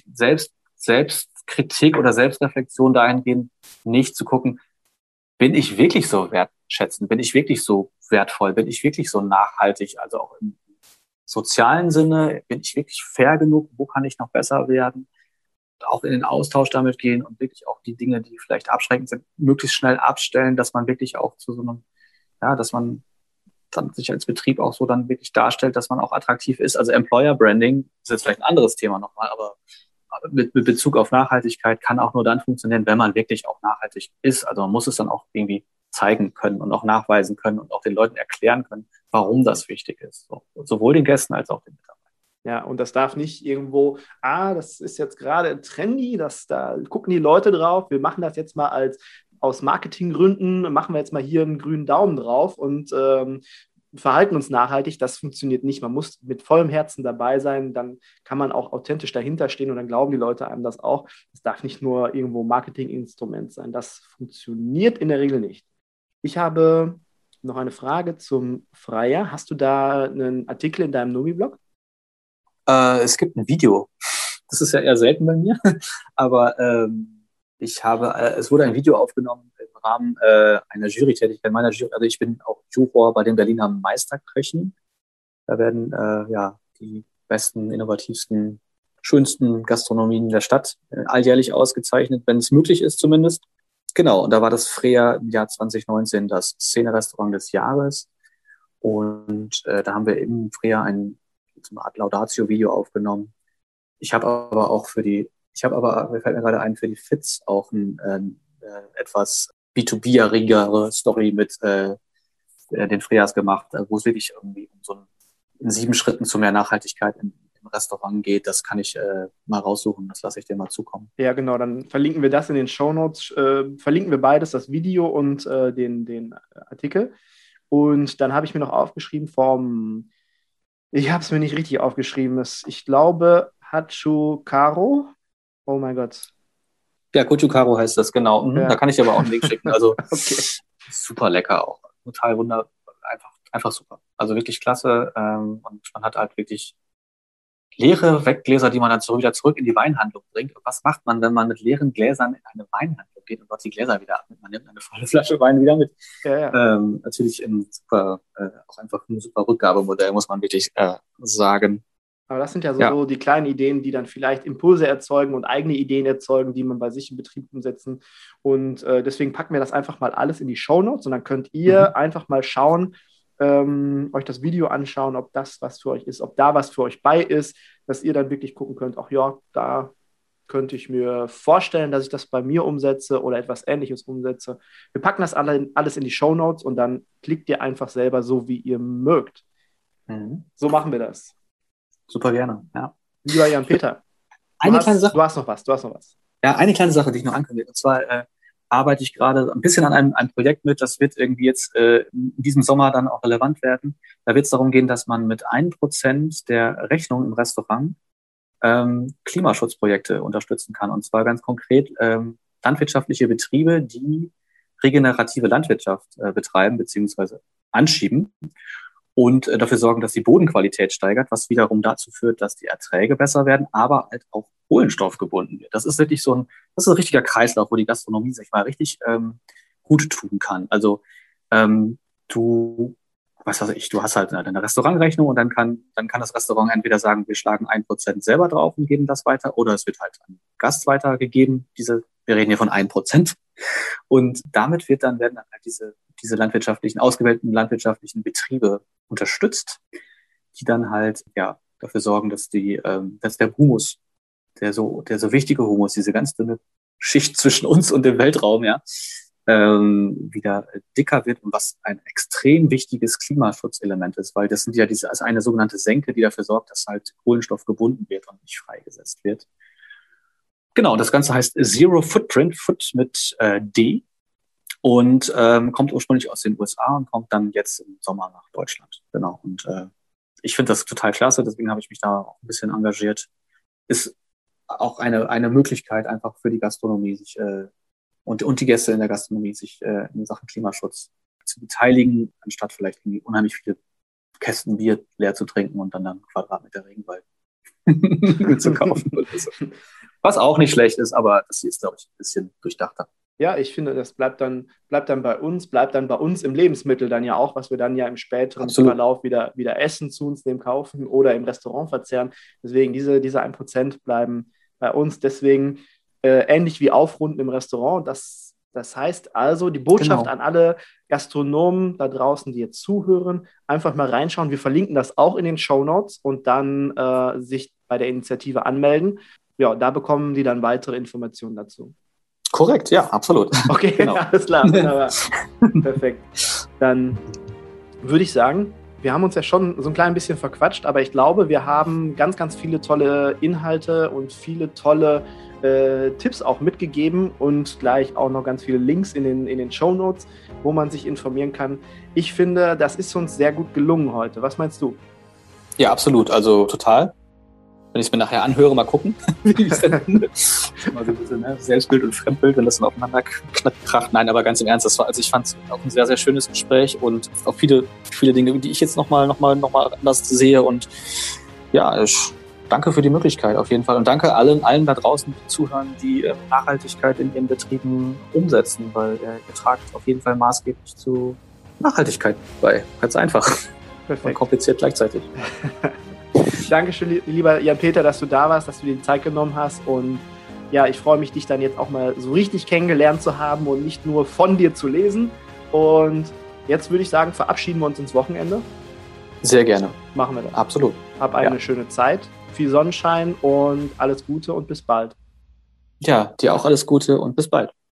Selbstkritik oder Selbstreflexion dahingehend, nicht zu gucken, bin ich wirklich so wertschätzend, bin ich wirklich so wertvoll, bin ich wirklich so nachhaltig, also auch im sozialen Sinne, bin ich wirklich fair genug, wo kann ich noch besser werden? Auch in den Austausch damit gehen und wirklich auch die Dinge, die vielleicht abschreckend sind, möglichst schnell abstellen, dass man wirklich auch zu so einem, dass man dann sich als Betrieb auch so dann wirklich darstellt, dass man auch attraktiv ist. Also Employer Branding ist jetzt vielleicht ein anderes Thema nochmal, aber mit Bezug auf Nachhaltigkeit kann auch nur dann funktionieren, wenn man wirklich auch nachhaltig ist. Also man muss es dann auch irgendwie zeigen können und auch nachweisen können und auch den Leuten erklären können, warum das wichtig ist. So, sowohl den Gästen als auch den Mitarbeitern. Ja, und das darf nicht irgendwo, das ist jetzt gerade trendy, da gucken die Leute drauf, wir machen das jetzt mal aus Marketinggründen, machen wir jetzt mal hier einen grünen Daumen drauf und verhalten uns nachhaltig. Das funktioniert nicht. Man muss mit vollem Herzen dabei sein, dann kann man auch authentisch dahinter stehen und dann glauben die Leute einem das auch. Es darf nicht nur irgendwo Marketinginstrument sein. Das funktioniert in der Regel nicht. Ich habe noch eine Frage zum Freier. Hast du da einen Artikel in deinem Nomi-Blog? Es gibt ein Video. Das ist ja eher selten bei mir, aber es wurde ein Video aufgenommen im Rahmen einer Jurytätigkeit meiner Jury. Also ich bin auch Juror bei den Berliner Meisterköchen. Da werden die besten, innovativsten, schönsten Gastronomien der Stadt alljährlich ausgezeichnet, wenn es möglich ist zumindest. Genau, und da war das Freya im Jahr 2019 das Szene-Restaurant des Jahres. Und da haben wir im Freya so eine Art Laudatio-Video aufgenommen. Ich habe aber auch mir fällt mir gerade ein, für die FITZ auch ein etwas B2B-rigere Story mit den Freyas gemacht, wo es wirklich irgendwie in 7 Schritten zu mehr Nachhaltigkeit im Restaurant geht. Das kann ich mal raussuchen, das lasse ich dir mal zukommen. Ja, genau, dann verlinken wir das in den Shownotes, verlinken wir beides, das Video und den Artikel. Und dann habe ich mir noch aufgeschrieben ich habe es mir nicht richtig aufgeschrieben, ich glaube Hachukaro. Oh mein Gott. Ja, Gochukaro heißt das, genau. Ja. Da kann ich dir aber auch einen Link schicken. Also okay. Super lecker auch. Total einfach super. Also wirklich klasse. Und man hat halt wirklich leere Weggläser, die man dann wieder zurück in die Weinhandlung bringt. Und was macht man, wenn man mit leeren Gläsern in eine Weinhandlung geht und dort die Gläser wieder abnimmt? Man nimmt eine volle Flasche Wein wieder mit. Ja. Natürlich auch einfach ein super Rückgabemodell, muss man wirklich sagen. Aber das sind ja so die kleinen Ideen, die dann vielleicht Impulse erzeugen und eigene Ideen erzeugen, die man bei sich im Betrieb umsetzen. Und deswegen packen wir das einfach mal alles in die Shownotes und dann könnt ihr einfach mal schauen, euch das Video anschauen, ob das was für euch ist, ob da was für euch bei ist, dass ihr dann wirklich gucken könnt, ach ja, da könnte ich mir vorstellen, dass ich das bei mir umsetze oder etwas Ähnliches umsetze. Wir packen das alles in die Shownotes und dann klickt ihr einfach selber so, wie ihr mögt. So machen wir das. Super gerne, ja. Lieber Jan-Peter, du hast noch was. Ja, eine kleine Sache, die ich noch ankündige. Und zwar arbeite ich gerade ein bisschen an einem Projekt mit, das wird irgendwie jetzt in diesem Sommer dann auch relevant werden. Da wird es darum gehen, dass man mit 1% der Rechnung im Restaurant Klimaschutzprojekte unterstützen kann. Und zwar ganz konkret landwirtschaftliche Betriebe, die regenerative Landwirtschaft betreiben bzw. anschieben und dafür sorgen, dass die Bodenqualität steigert, was wiederum dazu führt, dass die Erträge besser werden, aber halt auch Kohlenstoff gebunden wird. Das ist wirklich das ist ein richtiger Kreislauf, wo die Gastronomie sich mal richtig gut tun kann. Also du was weiß ich, du hast halt eine Restaurantrechnung und dann kann das Restaurant entweder sagen, wir schlagen 1% selber drauf und geben das weiter, oder es wird halt an Gast weitergegeben. Wir reden hier von 1%. Und damit werden dann halt diese ausgewählten landwirtschaftlichen Betriebe unterstützt, die dann halt, dafür sorgen, dass dass der Humus, der so wichtige Humus, diese ganz dünne Schicht zwischen uns und dem Weltraum, wieder dicker wird, und was ein extrem wichtiges Klimaschutzelement ist, weil das sind ja eine sogenannte Senke, die dafür sorgt, dass halt Kohlenstoff gebunden wird und nicht freigesetzt wird. Genau, das Ganze heißt Zero Footprint, Foot mit D, und kommt ursprünglich aus den USA und kommt dann jetzt im Sommer nach Deutschland. Genau, und ich finde das total klasse, deswegen habe ich mich da auch ein bisschen engagiert. Ist auch eine Möglichkeit einfach für die Gastronomie, sich und die Gäste in der Gastronomie, sich in Sachen Klimaschutz zu beteiligen, anstatt vielleicht irgendwie unheimlich viele Kästen Bier leer zu trinken und dann Quadratmeter Regenwald zu kaufen oder so. Was auch nicht schlecht ist, aber das hier ist, glaube ich, ein bisschen durchdachter. Ja, ich finde, das bleibt dann bei uns im Lebensmittel dann ja auch, was wir dann ja im späteren Verlauf wieder essen, zu uns nehmen, kaufen oder im Restaurant verzehren. Deswegen diese 1% bleiben bei uns. Deswegen ähnlich wie Aufrunden im Restaurant. Das heißt also, die Botschaft an alle Gastronomen da draußen, die jetzt zuhören, einfach mal reinschauen. Wir verlinken das auch in den Shownotes und dann sich bei der Initiative anmelden. Ja, da bekommen die dann weitere Informationen dazu. Korrekt, ja, absolut. Okay, genau. Alles klar. Perfekt. Dann würde ich sagen, wir haben uns ja schon so ein klein bisschen verquatscht, aber ich glaube, wir haben ganz, ganz viele tolle Inhalte und viele tolle Tipps auch mitgegeben und gleich auch noch ganz viele Links in den Shownotes, wo man sich informieren kann. Ich finde, das ist uns sehr gut gelungen heute. Was meinst du? Ja, absolut. Also total. Wenn ich es mir nachher anhöre, mal gucken, wie ich es dann finde. Mal so ein bisschen Selbstbild und Fremdbild, wenn das dann aufeinander kracht. Nein, aber ganz im Ernst, ich fand es auch ein sehr, sehr schönes Gespräch und auch viele, viele Dinge, die ich jetzt noch mal anders sehe. Und ja, danke für die Möglichkeit auf jeden Fall. Und danke allen da draußen, die zuhören, die Nachhaltigkeit in ihren Betrieben umsetzen, weil ihr tragt auf jeden Fall maßgeblich zu Nachhaltigkeit bei. Ganz einfach. Perfekt. Und kompliziert gleichzeitig. Dankeschön, lieber Jan-Peter, dass du da warst, dass du dir die Zeit genommen hast. Und ja, ich freue mich, dich dann jetzt auch mal so richtig kennengelernt zu haben und nicht nur von dir zu lesen. Und jetzt würde ich sagen, verabschieden wir uns ins Wochenende. Sehr gerne. Machen wir das. Absolut. Hab eine schöne Zeit, viel Sonnenschein und alles Gute und bis bald. Ja, dir auch alles Gute und bis bald.